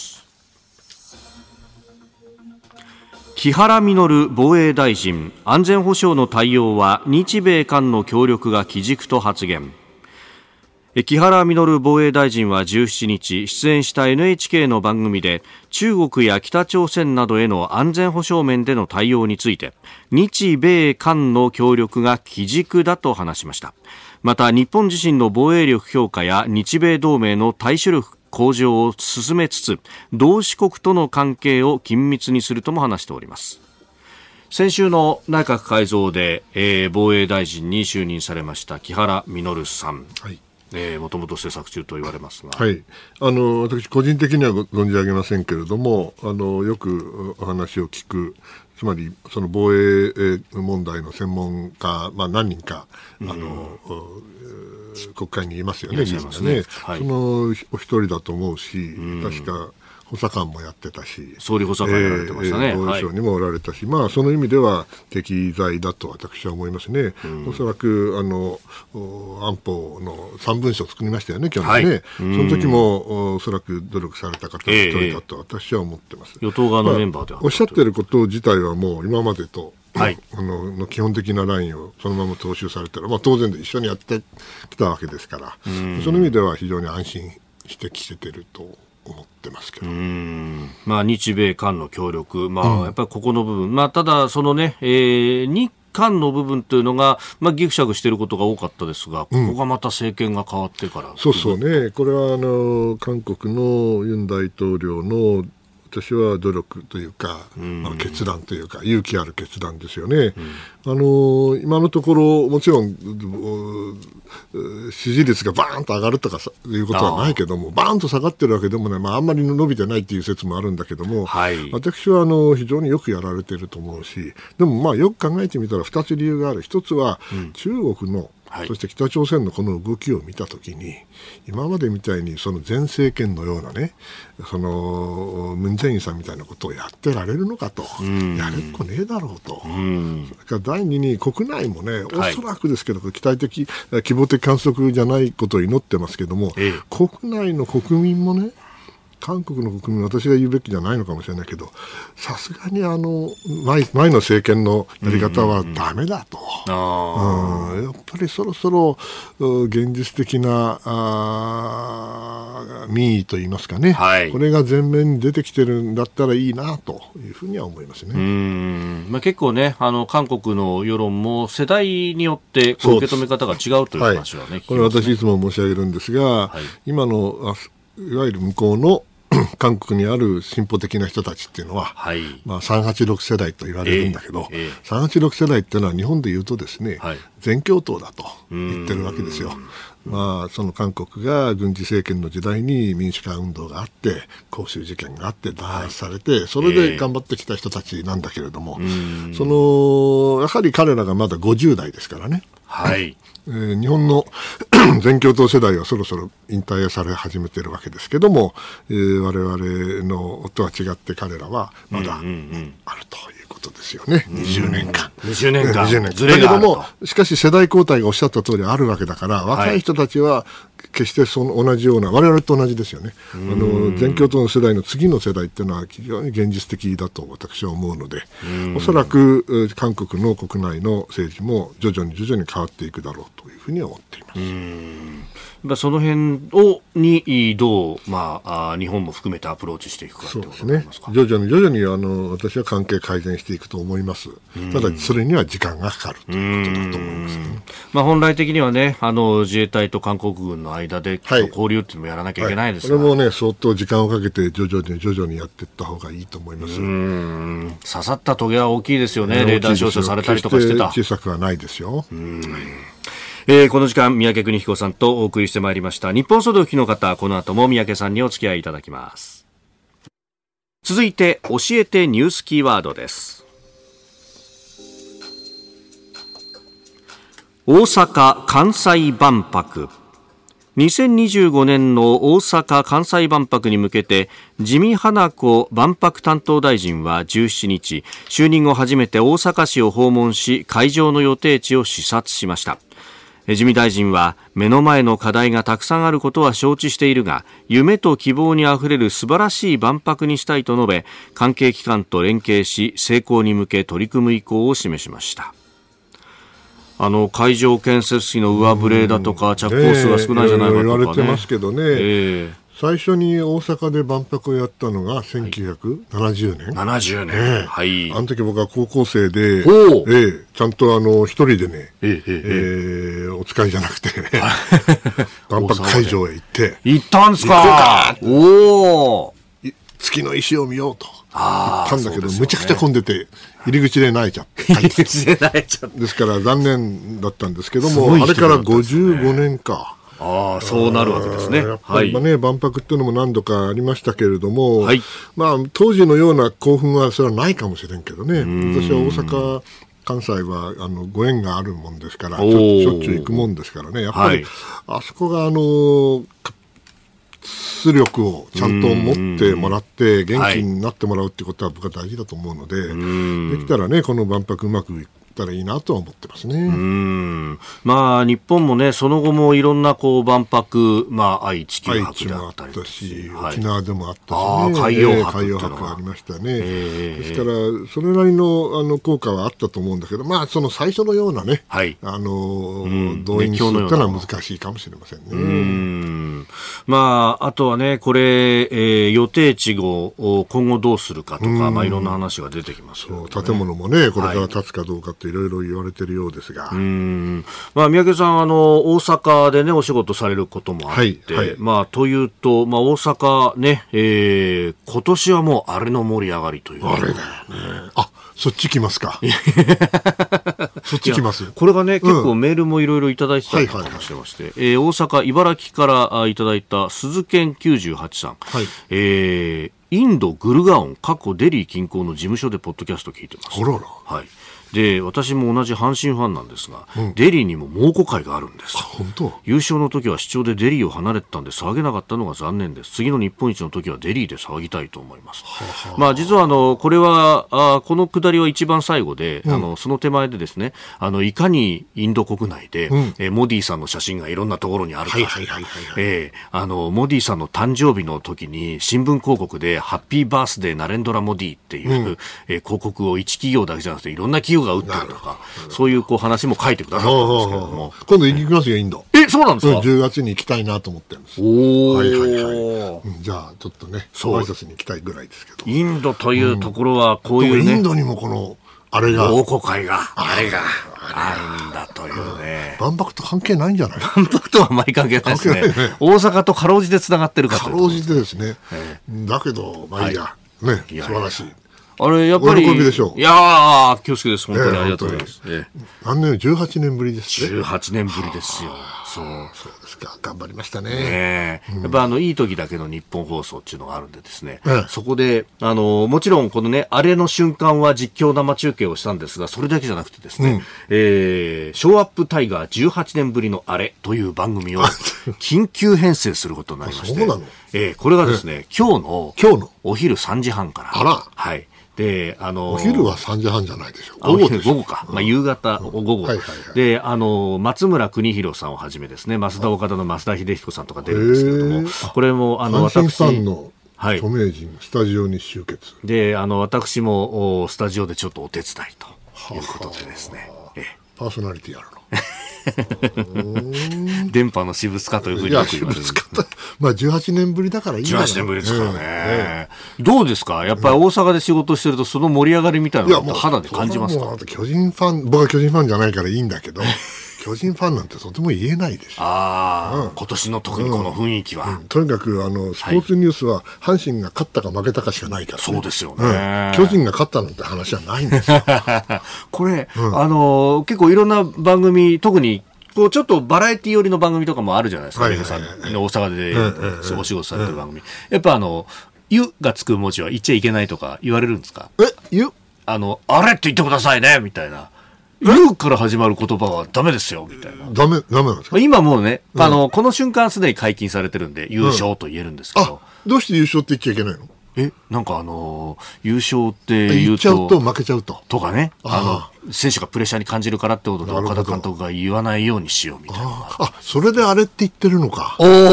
S1: 木原稔防衛大臣、安全保障の対応は日米韓の協力が基軸と発言。木原稔防衛大臣は17日出演した NHK の番組で、中国や北朝鮮などへの安全保障面での対応について、日米韓の協力が基軸だと話しました。また日本自身の防衛力強化や日米同盟の対処力向上を進めつつ、同志国との関係を緊密にするとも話しております。先週の内閣改造で、防衛大臣に就任されました木原稔さん、もともと政策中と言われますが、
S4: はい、私個人的には存じ上げませんけれども、よくお話を聞く、つまりその防衛問題の専門家、何人か国会にいますよね、議員がね、はい、そのお一人だと思うし、確か補佐官もやってたし、
S1: 総理補佐官やられてましたね、
S4: 防衛省にもおられたし、その意味では適材だと私は思いますね。おそらく安保の3文書を作りましたよね、去年ね、その時もおそらく努力された方の一人だと私は思ってます。
S1: 与党側のメンバーでは、
S4: おっしゃっていること自体はもう今までとの基本的なラインをそのまま踏襲されたら、当然で一緒にやってきたわけですから、その意味では非常に安心してきていると思ってますけど、
S1: 日米韓の協力、やっぱりここの部分、ただそのね、日韓の部分というのが、ギクシャクしていることが多かったですが、ここがまた政権が変わってから、
S4: そうね、これは韓国のユン大統領の私は努力というか、決断というか勇気ある決断ですよね。今のところもちろん支持率がバーンと上がるとかいうことはないけども、バーンと下がってるわけでもない、あんまり伸びてないという説もあるんだけども、私は非常によくやられていると思うし、でもよく考えてみたら2つ理由がある。一つは中国のそして北朝鮮のこの動きを見たときに、今までみたいにその前政権のようなね、そのムン・ジェインさんみたいなことをやってられるのかと、やれっこねえだろうと、それから第二に国内もね、おそらくですけど、期待的、希望的観測じゃないことを祈ってますけども、国内の国民もね、韓国の国民、私が言うべきじゃないのかもしれないけど、さすがに前の政権のやり方はダメだと、やっぱりそろそろ現実的な民意といいますかね、これが前面に出てきてるんだったらいいなというふうには思いますね。
S1: 結構ね、韓国の世論も世代によって受け止め方が違うという話はね、
S4: これ私いつも申し上げるんですが、今のいわゆる向こうの韓国にある進歩的な人たちっていうのは、386世代と言われるんだけど、386世代っていうのは日本でいうとですね、全共闘だと言ってるわけですよ。その韓国が軍事政権の時代に民主化運動があって光州事件があって弾圧されて、それで頑張ってきた人たちなんだけれども、やはり彼らがまだ50代ですからね。日本の全共闘世代はそろそろ引退され始めているわけですけども、我々のとは違って彼らはまだあるということですよね。20年間
S1: ずれがあると。
S4: だけどもしかし世代交代がおっしゃった通りあるわけだから、若い人たちは決して同じような、我々と同じですよね。全共闘の世代の次の世代っていうのは非常に現実的だと私は思うので、おそらく韓国の国内の政治も徐々に変わっていくだろうというふうに思っています。
S1: その辺にどう、日本も含めてアプローチしていくかということになりますか。
S4: 徐々に私は関係改善していくと思います。ただそれには時間がかかるということだと思いますね。
S1: 本来的にはね、自衛隊と韓国軍の間で交流っていうのもやらなきゃいけないですが、
S4: これもね、相当時間をかけて徐々にやっていった方がいいと思います。
S1: 刺さったトゲは大きいですよね。レーダー照射されたりとかしてた。
S4: 小さくはないですよ。
S1: この時間、三宅邦彦さんとお送りしてまいりました。日本総動機の方、この後も三宅さんにお付き合いいただきます。 続いて教えてニュースキーワードです。大阪・関西万博。2025年の大阪・関西万博に向けて自見英子万博担当大臣は17日、就任後初めて大阪市を訪問し、会場の予定地を視察しました。自見大臣は、目の前の課題がたくさんあることは承知しているが、夢と希望にあふれる素晴らしい万博にしたいと述べ、関係機関と連携し、成功に向け取り組む意向を示しました。会場建設費の上振れだとか、着工数が少ないじゃないかとか、ね、
S4: 言われてますけどね、最初に大阪で万博をやったのが1970年、
S1: 70年、はい、
S4: あの時僕は高校生で、ちゃんと一人でね、お使いじゃなくて万博会場へ
S1: 行ったんですか。お
S4: ー、月の石を見ようと言ったんだけど、むちゃくちゃ混んでて入り口で泣いちゃって帰ってきたですから残念だったんですけども、あれから55年か。
S1: そうなるわけですね。
S4: やっぱりね、万博っていうのも何度かありましたけれども、当時のような興奮はそれはないかもしれんけどね、私は大阪関西はご縁があるもんですから、しょっちゅう行くもんですからね、やっぱり、あそこが出力をちゃんと持ってもらって元気になってもらうってことは僕は大事だと思うので、できたらね、この万博うまくいったらいいなとは思ってますね。
S1: 日本もね、その後もいろんな万博、愛・地球博であったり、
S4: 沖縄でもあったし、ね、海洋博ありましたね。ですからそれなりの効果はあったと思うんだけど、その最初のようなね、動員数ってのは難しいかもしれませんね。
S1: あとはね、これ、予定地を今後どうするかとか、いろんな話が出てきますよね。
S4: 建物もね、これから建つかどうかっていろいろ言われているようですが、
S1: 三宅さん、大阪でねお仕事されることもあって、というと、大阪ね、今年はもうあれの盛り上がりという。
S4: あれだよね。そっち来ますか。そっち来ます。
S1: これがね、結構メールもいろいろいただいてたりとかしてまして、大阪、茨城からいただいた鈴研98さん、インドグルガオンデリー近郊の事務所でポッドキャスト聞いてます。で、私も同じ阪神ファンなんですが、デリーにも猛虎会があるんです。
S4: 本当？
S1: 優勝の時は主張でデリーを離れてたんで騒げなかったのが残念です。次の日本一の時はデリーで騒ぎたいと思います。実はこれはこの下りは一番最後で、その手前でですね、いかにインド国内で、モディさんの写真がいろんなところにあるか、モディさんの誕生日の時に新聞広告でハッピーバースデーナレンドラモディっていう、広告を一企業だけじゃなくていろんな企業が打ってるとか、そういう話も書いてくださったんですけれども、
S4: 今度行きますよ、インド。
S1: そうなんですか。
S4: 10月に行きたいなと思ってるんです。じゃあちょっとね、挨拶に行きたいぐらいですけど、
S1: インドというところはこういうね、
S4: インドにもこのあれが
S1: 大虎会があるんだというね。
S4: 万博と関係ないんじゃない？
S1: 万博とはあまり関係ないですね。大阪とかろうじてつながってるかと。
S4: かろうじてですね。だけどいいやね、素晴らしい。
S1: あれやっぱり
S4: 喜びでしょう。
S1: いやー、恐縮です。本当にありがとうございます。
S4: 何年18年ぶりです
S1: ね。18年ぶりですよ。
S4: そうですか。頑張りましたね。
S1: やっぱいい時だけの日本放送っていうのがあるんでですね。そこでもちろんこのね、あれの瞬間は実況生中継をしたんですが、それだけじゃなくてですね、ショーアップタイガー18年ぶりのあれという番組を緊急編成することになりまして、
S4: そうなの？
S1: これがですね、今日のお昼3時半から。
S4: あら。
S1: はい。で、
S4: お昼は3時半じゃないでしょう。
S1: 午後か。夕方、午後。で、松村邦弘さんをはじめですね、増田岡田の増田秀彦さんとか出るんですけれども、これも、
S4: 私、ファンの著名人、スタジオに集結。
S1: で、私も、スタジオでちょっとお手伝いということでですね。
S4: パーソナリティやるの。
S1: 電波の私物化というふうによく言われる。
S4: 18年ぶりだからいいんだよ。
S1: 18年ぶりですからね。どうですか？やっぱり大阪で仕事してるとその盛り上がりみたいなのを肌で感じますか？
S4: 巨人ファン、僕は巨人ファンじゃないからいいんだけど、巨人ファンなんてとても言えないでしょ。
S1: 今年の特にこの雰囲気は。
S4: とにかくスポーツニュースは阪神が勝ったか負けたかしかないから、ね。
S1: そうですよね。
S4: 巨人が勝ったなんて話はないんですよ。
S1: これ、結構いろんな番組、特にちょっとバラエティ寄りの番組とかもあるじゃないですか。皆さん大阪でお仕事されてる番組。やっぱ湯がつく文字は言っちゃいけないとか言われるんですか？
S4: 湯
S1: あれって言ってくださいねみたいな。湯から始まる言葉はダメですよみたいな。
S4: ダメなんですか？
S1: 今もうね、この瞬間すでに解禁されてるんで優勝と言えるんですけど、
S4: どうして優勝って言っちゃいけないの？
S1: なんか優勝って言うと
S4: 言っちゃうと負けちゃうと
S1: かね、選手がプレッシャーに感じるからってことで岡田監督が言わないようにしようみたいな。
S4: それであれって言ってるのか。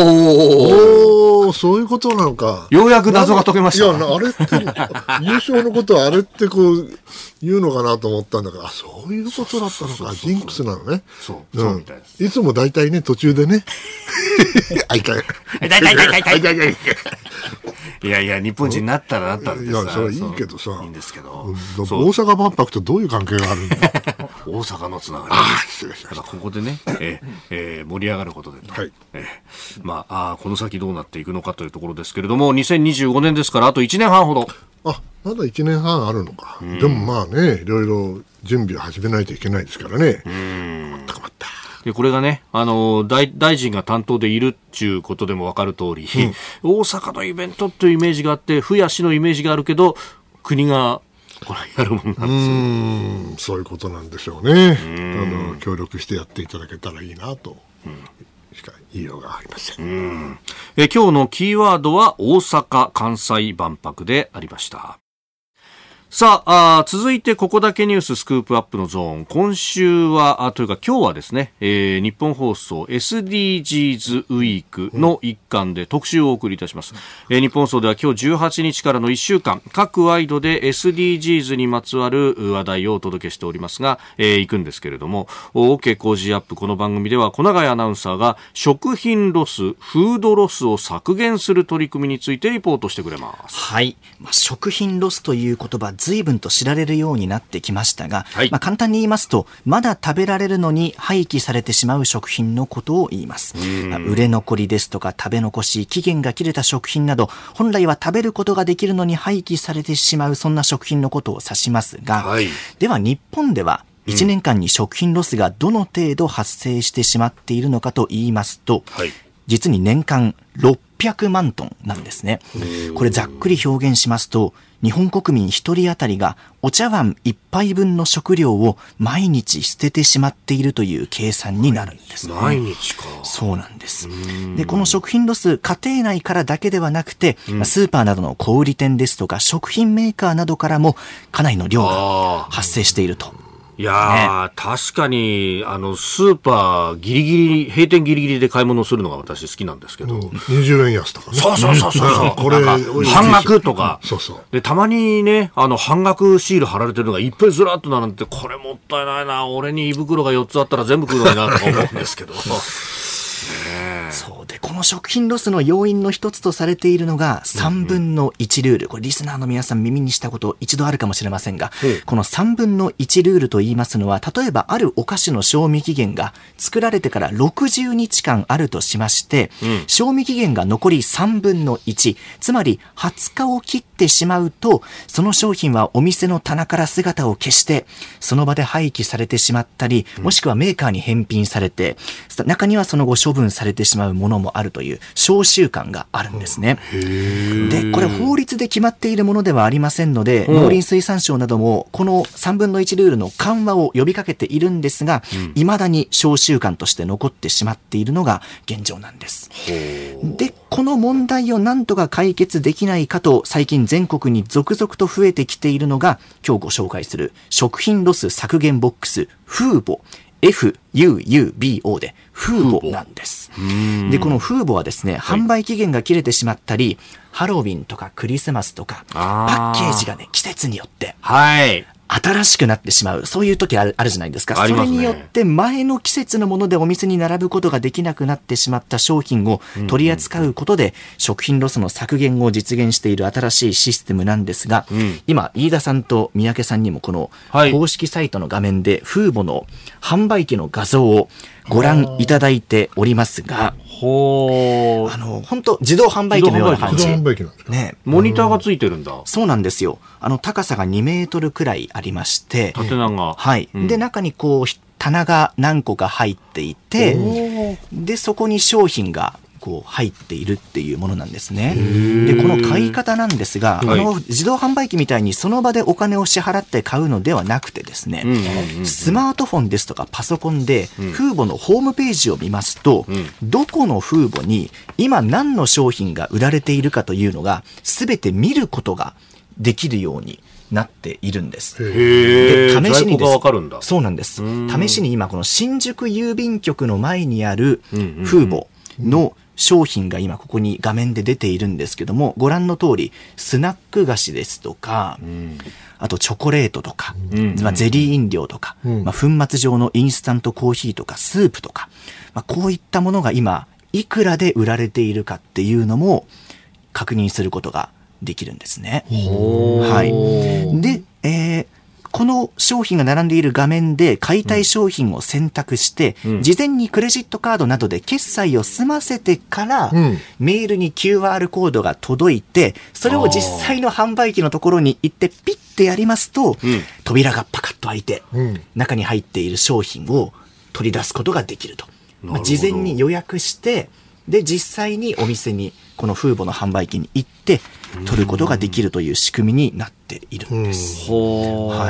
S4: そういうことなのか。
S1: ようやく謎が解けました。
S4: いや、あれって優勝のことはあれってこう言うのかなと思ったんだから、そういうことだったのか。ジンクスなのね。
S1: そうみたいです。
S4: いつも大体ね、途中でね
S1: いや日本人になったらなったんです。
S4: いやそれはいいけどさ、
S1: いいんですけど、
S4: 大阪万博とどういう関係があるんだよ
S1: 大阪のつながり。
S4: 失礼しました。
S1: ここでね、盛り上がることでと、この先どうなっていくのかというところですけれども、2025年ですからあと1年半ほど。
S4: まだ1年半あるのか。でもまあね、いろいろ準備を始めないといけないですからね。困った。
S1: でこれがね、大臣が担当でいるっていうことでも分かる通り、大阪のイベントというイメージがあって、府や市のイメージがあるけど、国がこれやるもんなんですよ。
S4: そういうことなんでしょうね。協力してやっていただけたらいいなとしか言いようがありません。
S1: 今日のキーワードは大阪・関西万博でありました。さあ、続いてここだけニューススクープアップのゾーン。今週はというか今日はですね、日本放送 SDGs ウィークの一環で特集をお送りいたします。日本放送では今日18日からの1週間、各ワイドで SDGs にまつわる話題をお届けしておりますが、行くんですけれども、OK 工事アップ、この番組では小永アナウンサーが食品ロス、フードロスを削減する取り組みについてリポートしてくれます。
S2: はい、食品ロスという言葉随分と知られるようになってきましたが、簡単に言いますと、まだ食べられるのに廃棄されてしまう食品のことを言います。売れ残りですとか食べ残し、期限が切れた食品など、本来は食べることができるのに廃棄されてしまう、そんな食品のことを指しますが、では日本では1年間に食品ロスがどの程度発生してしまっているのかと言いますと、実に年間600万トンなんですね。これざっくり表現しますと、日本国民1人当たりがお茶碗1杯分の食料を毎日捨ててしまっているという計算になるんですね。
S1: 毎日か。
S2: そうなんです。で、この食品ロス、家庭内からだけではなくて、スーパーなどの小売店ですとか食品メーカーなどからもかなりの量が発生していると。
S1: いやー、確かにスーパーギリギリ閉店ギリギリで買い物するのが私好きなんですけど、
S4: 20円安とかね。
S1: そうこれ半額とか、でたまにね半額シール貼られてるのがいっぱいずらっと並んで、これもったいないな、俺に胃袋が4つあったら全部食うのになとか思うんですけど
S2: そうで、この食品ロスの要因の一つとされているのが3分の1ルール。これリスナーの皆さん耳にしたこと一度あるかもしれませんが、この3分の1ルールと言いますのは、例えばあるお菓子の賞味期限が作られてから60日間あるとしまして、賞味期限が残り3分の1、つまり20日を切ってしまうと、その商品はお店の棚から姿を消してその場で廃棄されてしまったり、もしくはメーカーに返品されて、中にはその後処分されてしまうものもあるという商習慣があるんですね。で、これ法律で決まっているものではありませんので、農林水産省などもこの3分の1ルールの緩和を呼びかけているんですが、未だに商習慣として残ってしまっているのが現状なんです。で、この問題をなんとか解決できないかと、最近全国に続々と増えてきているのが、今日ご紹介する食品ロス削減ボックス、フーボ。FUUBO でフーボなんです。で、このフーボはですね、販売期限が切れてしまったり、ハロウィンとかクリスマスとかパッケージがね、季節によって新しくなってしまう、そういう時あるじゃないですか。それによって前の季節のものでお店に並ぶことができなくなってしまった商品を取り扱うことで、食品ロスの削減を実現している新しいシステムなんですが、今飯田さんと三宅さんにもこの公式サイトの画面でフーボの販売機の画像をご覧いただいておりますが、本当自動販売機のような感じ。
S1: ね、モニターがついてるんだ。
S2: そうなんですよ。高さが2メートルくらいありまして、
S1: 縦長。
S2: はい。で、中にこう棚が何個か入っていて、でそこに商品がこう入っているっていうものなんですね。でこの買い方なんですが、自動販売機みたいにその場でお金を支払って買うのではなくてですね、スマートフォンですとかパソコンでフーボのホームページを見ますと、どこのフーボに今何の商品が売られているかというのが全て見ることができるようになっているんです。
S1: で試しにです。
S2: そうなんです。試しに今この新宿郵便局の前にあるフーボの商品が今ここに画面で出ているんですけども、ご覧の通りスナック菓子ですとか、あとチョコレートとか、ゼリー飲料とか、粉末状のインスタントコーヒーとかスープとか、こういったものが今いくらで売られているかっていうのも確認することができるんですね。はい。で、この商品が並んでいる画面で買いたい商品を選択して、事前にクレジットカードなどで決済を済ませてから、メールに QR コードが届いて、それを実際の販売機のところに行ってピッてやりますと、扉がパカッと開いて、中に入っている商品を取り出すことができると。事前に予約して、で実際にお店にこのフーボの販売機に行って取ることができるという仕組みになっているんです。はい。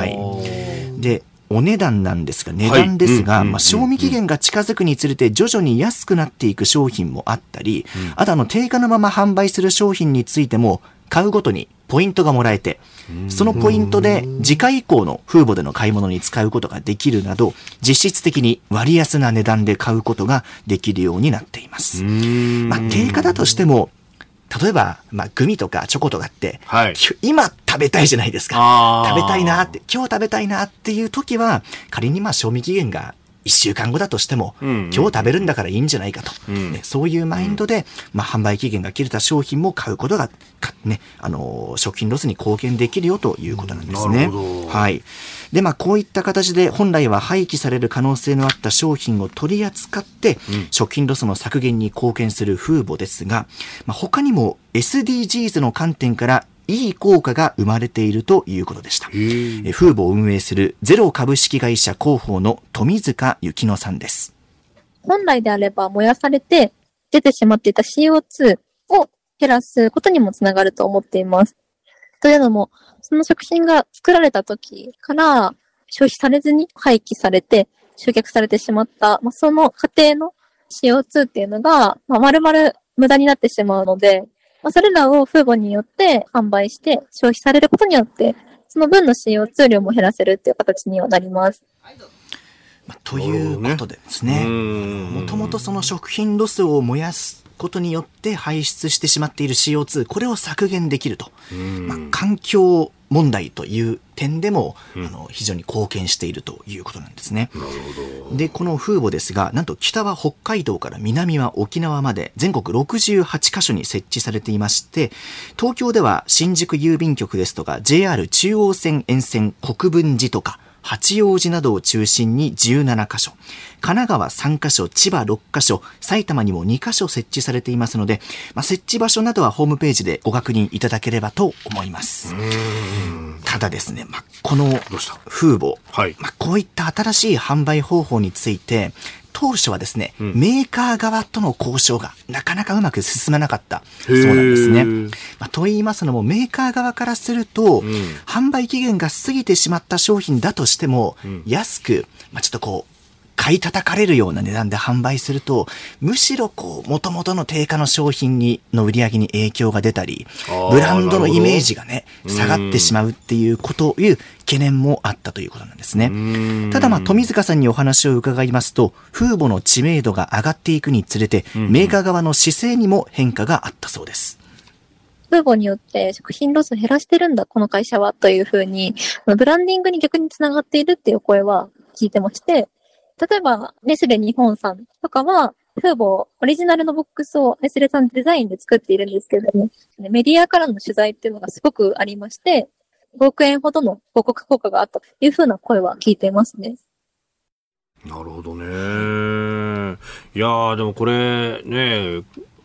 S2: でお値段なんですが、賞味期限が近づくにつれて徐々に安くなっていく商品もあったり、あと定価のまま販売する商品についても買うごとにポイントがもらえて、そのポイントで次回以降のフーボでの買い物に使うことができるなど、実質的に割安な値段で買うことができるようになっています。定価だとしても、例えば、グミとかチョコとかって、今食べたいじゃないですか。食べたいなって、今日食べたいなっていう時は、仮に賞味期限が1週間後だとしても、今日食べるんだからいいんじゃないかと、そういうマインドで、販売期限が切れた商品も買うことが、食品ロスに貢献できるよということなんですね。はい。で、こういった形で本来は廃棄される可能性のあった商品を取り扱って、食品ロスの削減に貢献するフーボですが、他にも SDGs の観点からいい効果が生まれているということでした。フーボを運営するゼロ株式会社広報の富塚幸乃さんです。
S6: 本来であれば燃やされて出てしまっていた CO2 を減らすことにもつながると思っています。というのも、その食品が作られた時から消費されずに廃棄されて集客されてしまった、その過程の CO2 っていうのが、丸々無駄になってしまうので、それらをフーボによって販売して消費されることによって、その分の CO2 量も減らせるっていう形にはなります。
S2: ということでですね、もともとその食品ロスを燃やすことによって排出してしまっている CO2、これを削減できると。環境問題という点でも、非常に貢献しているということなんですね。なるほど。で、このフーボですが、なんと北は北海道から南は沖縄まで全国68カ所に設置されていまして、東京では新宿郵便局ですとか JR 中央線沿線国分寺とか八王子などを中心に17カ所、神奈川3カ所、千葉6カ所、埼玉にも2カ所設置されていますので、設置場所などはホームページでご確認いただければと思います。ただですね、このフーボ、こういった新しい販売方法について、当初はですね、メーカー側との交渉がなかなかうまく進まなかったそうなんですね。と言いますのも、メーカー側からすると、販売期限が過ぎてしまった商品だとしても、安く、ちょっと買い叩かれるような値段で販売すると、むしろ元々の定価の商品の売り上げに影響が出たり、ブランドのイメージがね、下がってしまうっていう懸念もあったということなんですね。ただ富塚さんにお話を伺いますと、フーボの知名度が上がっていくにつれて、メーカー側の姿勢にも変化があったそうです。
S6: フーボによって食品ロスを減らしてるんだ、この会社はというふうに、ブランディングに逆につながっているっていう声は聞いてまして、例えば、ネスレ日本さんとかは、フーボオリジナルのボックスをネスレさんデザインで作っているんですけれども、メディアからの取材っていうのがすごくありまして、5億円ほどの広告効果があったというふうな声は聞いていますね。
S1: なるほどね。いやー、でもこれね、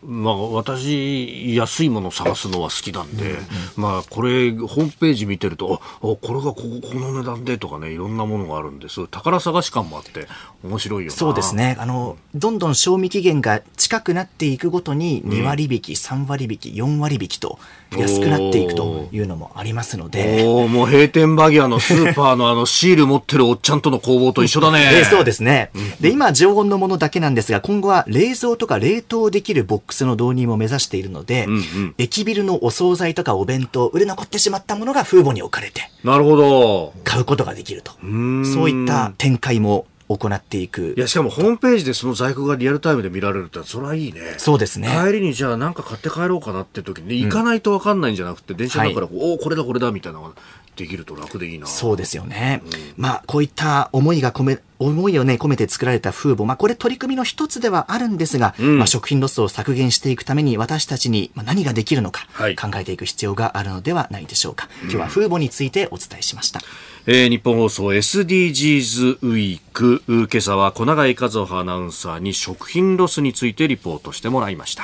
S1: 私安いものを探すのは好きなんで、これホームページ見てるとこれがこの値段でとかね、いろんなものがあるんです。宝探し感もあって面白いよな。
S2: そうですね。どんどん賞味期限が近くなっていくごとに2割引き、3割引き、4割引きと安くなっていくというのもありますので、
S1: もう閉店間際のスーパーのシール持ってるおっちゃんとの攻防と一緒だね。
S2: そうですね。で、今常温のものだけなんですが、今後は冷蔵とか冷凍できるボックスの導入も目指しているので、駅ビルのお惣菜とかお弁当、売れ残ってしまったものが風母に置かれて、
S1: なるほど、
S2: 買うことができると。そういった展開も行っていく。
S1: いや、しかもホームページでその在庫がリアルタイムで見られるってそれはいいね。
S2: そうですね。
S1: 帰りにじゃあなんか買って帰ろうかなって時に、行かないと分かんないんじゃなくて、電車だからこれだこれだみたいなのができると楽でいいな。
S2: そうですよね。こういった思いをね込めて作られた風母、これ取り組みの一つではあるんですが、食品ロスを削減していくために私たちに何ができるのか考えていく必要があるのではないでしょうか。今日は風母についてお伝えしました。
S1: 日本放送 SDGs ウィーク、今朝は小永井和穂アナウンサーに食品ロスについてリポートしてもらいました。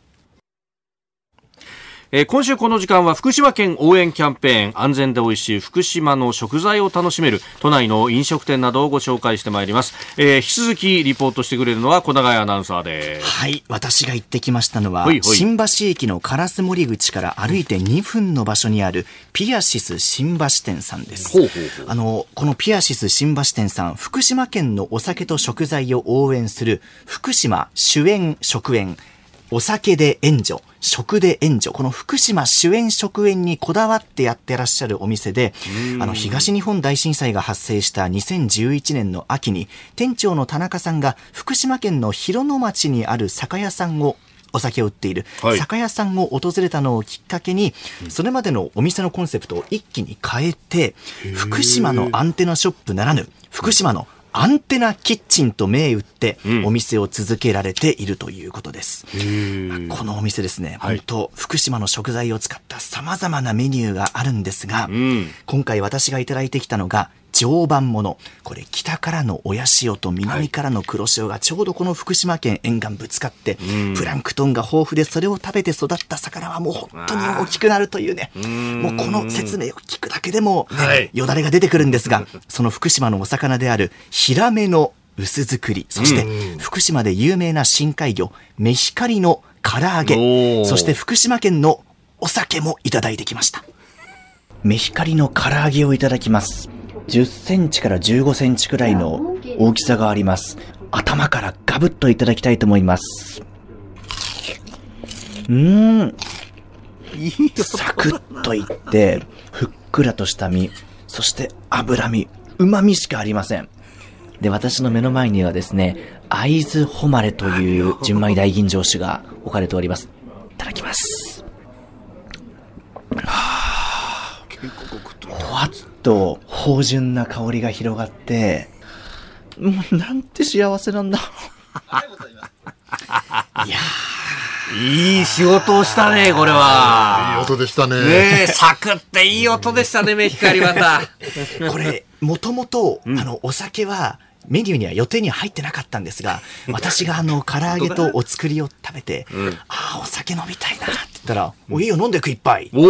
S1: 今週この時間は福島県応援キャンペーン、安全で美味しい福島の食材を楽しめる都内の飲食店などをご紹介してまいります。引き続きリポートしてくれるのは小永井アナウンサーです。
S2: はい、私が行ってきましたのは新橋駅の烏森口から歩いて2分の場所にあるピアシス新橋店さんです。このピアシス新橋店さん、福島県のお酒と食材を応援する福島酒園食園、お酒で援助、食で援助、この福島酒園食園にこだわってやってらっしゃるお店で、東日本大震災が発生した2011年の秋に、店長の田中さんが福島県の広野町にある酒屋さんを、お酒を売っている酒屋さんを訪れたのをきっかけに、それまでのお店のコンセプトを一気に変えて、福島のアンテナショップならぬ、福島のアンテナキッチンと銘打ってお店を続けられているということです。このお店ですね、本当福島の食材を使った様々なメニューがあるんですが、今回私がいただいてきたのが常磐もの。これ北からの親潮と南からの黒潮がちょうどこの福島県沿岸ぶつかって、プランクトンが豊富でそれを食べて育った魚はもう本当に大きくなるというね、もうこの説明を聞くだけでも、よだれが出てくるんですが、その福島のお魚であるヒラメの薄造り、そして福島で有名な深海魚メヒカリの唐揚げ、そして福島県のお酒もいただいてきました。メヒカリの唐揚げをいただきます。10センチから15センチくらいの大きさがあります。頭からガブッといただきたいと思います。サクッといって、ふっくらとした身、そして脂身、旨味しかありません。で、私の目の前にはですね、会津誉れという純米大吟醸酒が置かれております。いただきます。ほわっと芳醇な香りが広がって、もうなんて幸せなんだ。いや
S1: いい仕事をしたね、これは。
S4: いい音でしたね。
S1: ねえ、サクっていい音でしたね、メヒカリまた。
S2: これ、もともと、お酒は、メニューには予定には入ってなかったんですが、私が唐揚げとお作りを食べて、お酒飲みたいなって言ったら、いいよ、飲んでく一杯って。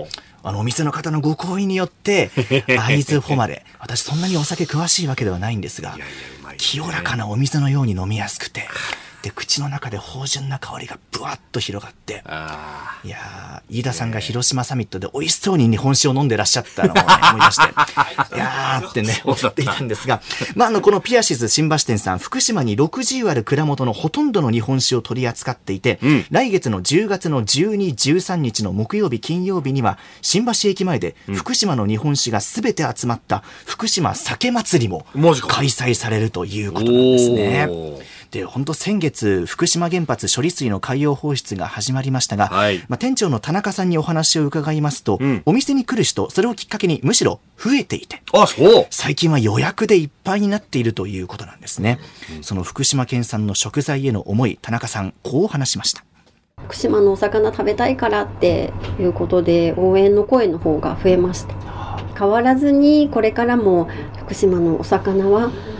S2: お店の方のご好意によって、会津誉れ。私そんなにお酒詳しいわけではないんですが、清らかなお水のように飲みやすくて、で、口の中で芳醇な香りがブワッと広がって、いやー、飯田さんが広島サミットで美味しそうに日本酒を飲んでらっしゃったのを、ね、思い出して、いやーってね、思っていたんですが、このピアシス新橋店さん、福島に60ある蔵元のほとんどの日本酒を取り扱っていて、来月の10月の12、13日の木曜日、金曜日には、新橋駅前で福島の日本酒がすべて集まった福島酒祭りも開催されるということなんですね。で、本当先月、福島原発処理水の海洋放出が始まりましたが、店長の田中さんにお話を伺いますと、お店に来る人、それをきっかけにむしろ増えていて、最近は予約でいっぱいになっているということなんですね。その福島県産の食材への思い、田中さん、こう話しました。
S7: 福島のお魚食べたいからっていうことで応援の声の方が増えました。変わらずにこれからも福島のお魚は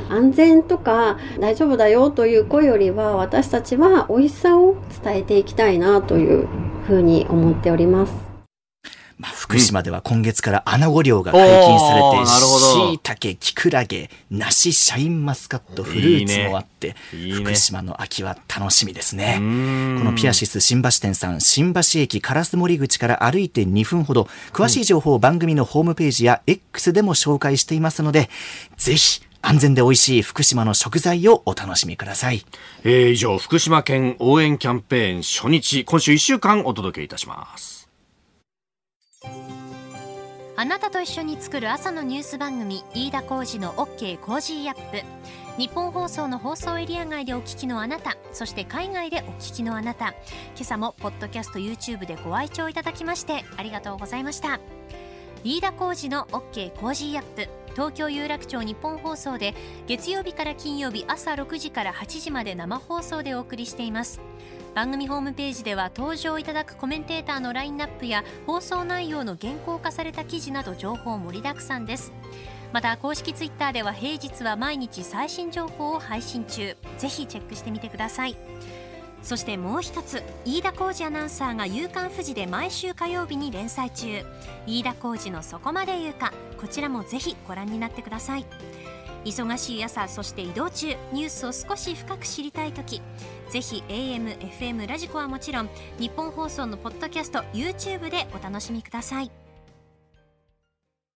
S7: 安全とか大丈夫だよという声よりは、私たちは美味しさを伝えていきたいなというふうに思っております。
S2: 福島では今月からアナゴ漁が解禁されて、椎茸、キクラゲ、梨、シャインマスカット、フルーツもあって、福島の秋は楽しみですね。このピアシス新橋店さん、新橋駅烏森口から歩いて2分ほど、詳しい情報を番組のホームページや X でも紹介していますので、ぜひ安全で美味しい福島の食材をお楽しみください。
S1: 以上、福島県応援キャンペーン初日、今週1週間お届けいたします。
S5: あなたと一緒に作る朝のニュース番組、飯田浩司の OK コージーアップ。日本放送の放送エリア外でお聞きのあなた、そして海外でお聞きのあなた、今朝もポッドキャスト YouTube でご愛聴いただきましてありがとうございました。飯田浩司の OK コージーアップ、東京有楽町日本放送で月曜日から金曜日朝6時から8時まで生放送でお送りしています。番組ホームページでは登場いただくコメンテーターのラインナップや放送内容の原稿化された記事など情報盛りだくさんです。また公式ツイッターでは平日は毎日最新情報を配信中、ぜひチェックしてみてください。そしてもう一つ、飯田浩司アナウンサーが夕刊フジで毎週火曜日に連載中、飯田浩司のそこまで言うか、こちらもぜひご覧になってください。忙しい朝、そして移動中、ニュースを少し深く知りたいとき、ぜひ AM、FM、ラジコはもちろん日本放送のポッドキャスト YouTube でお楽しみください。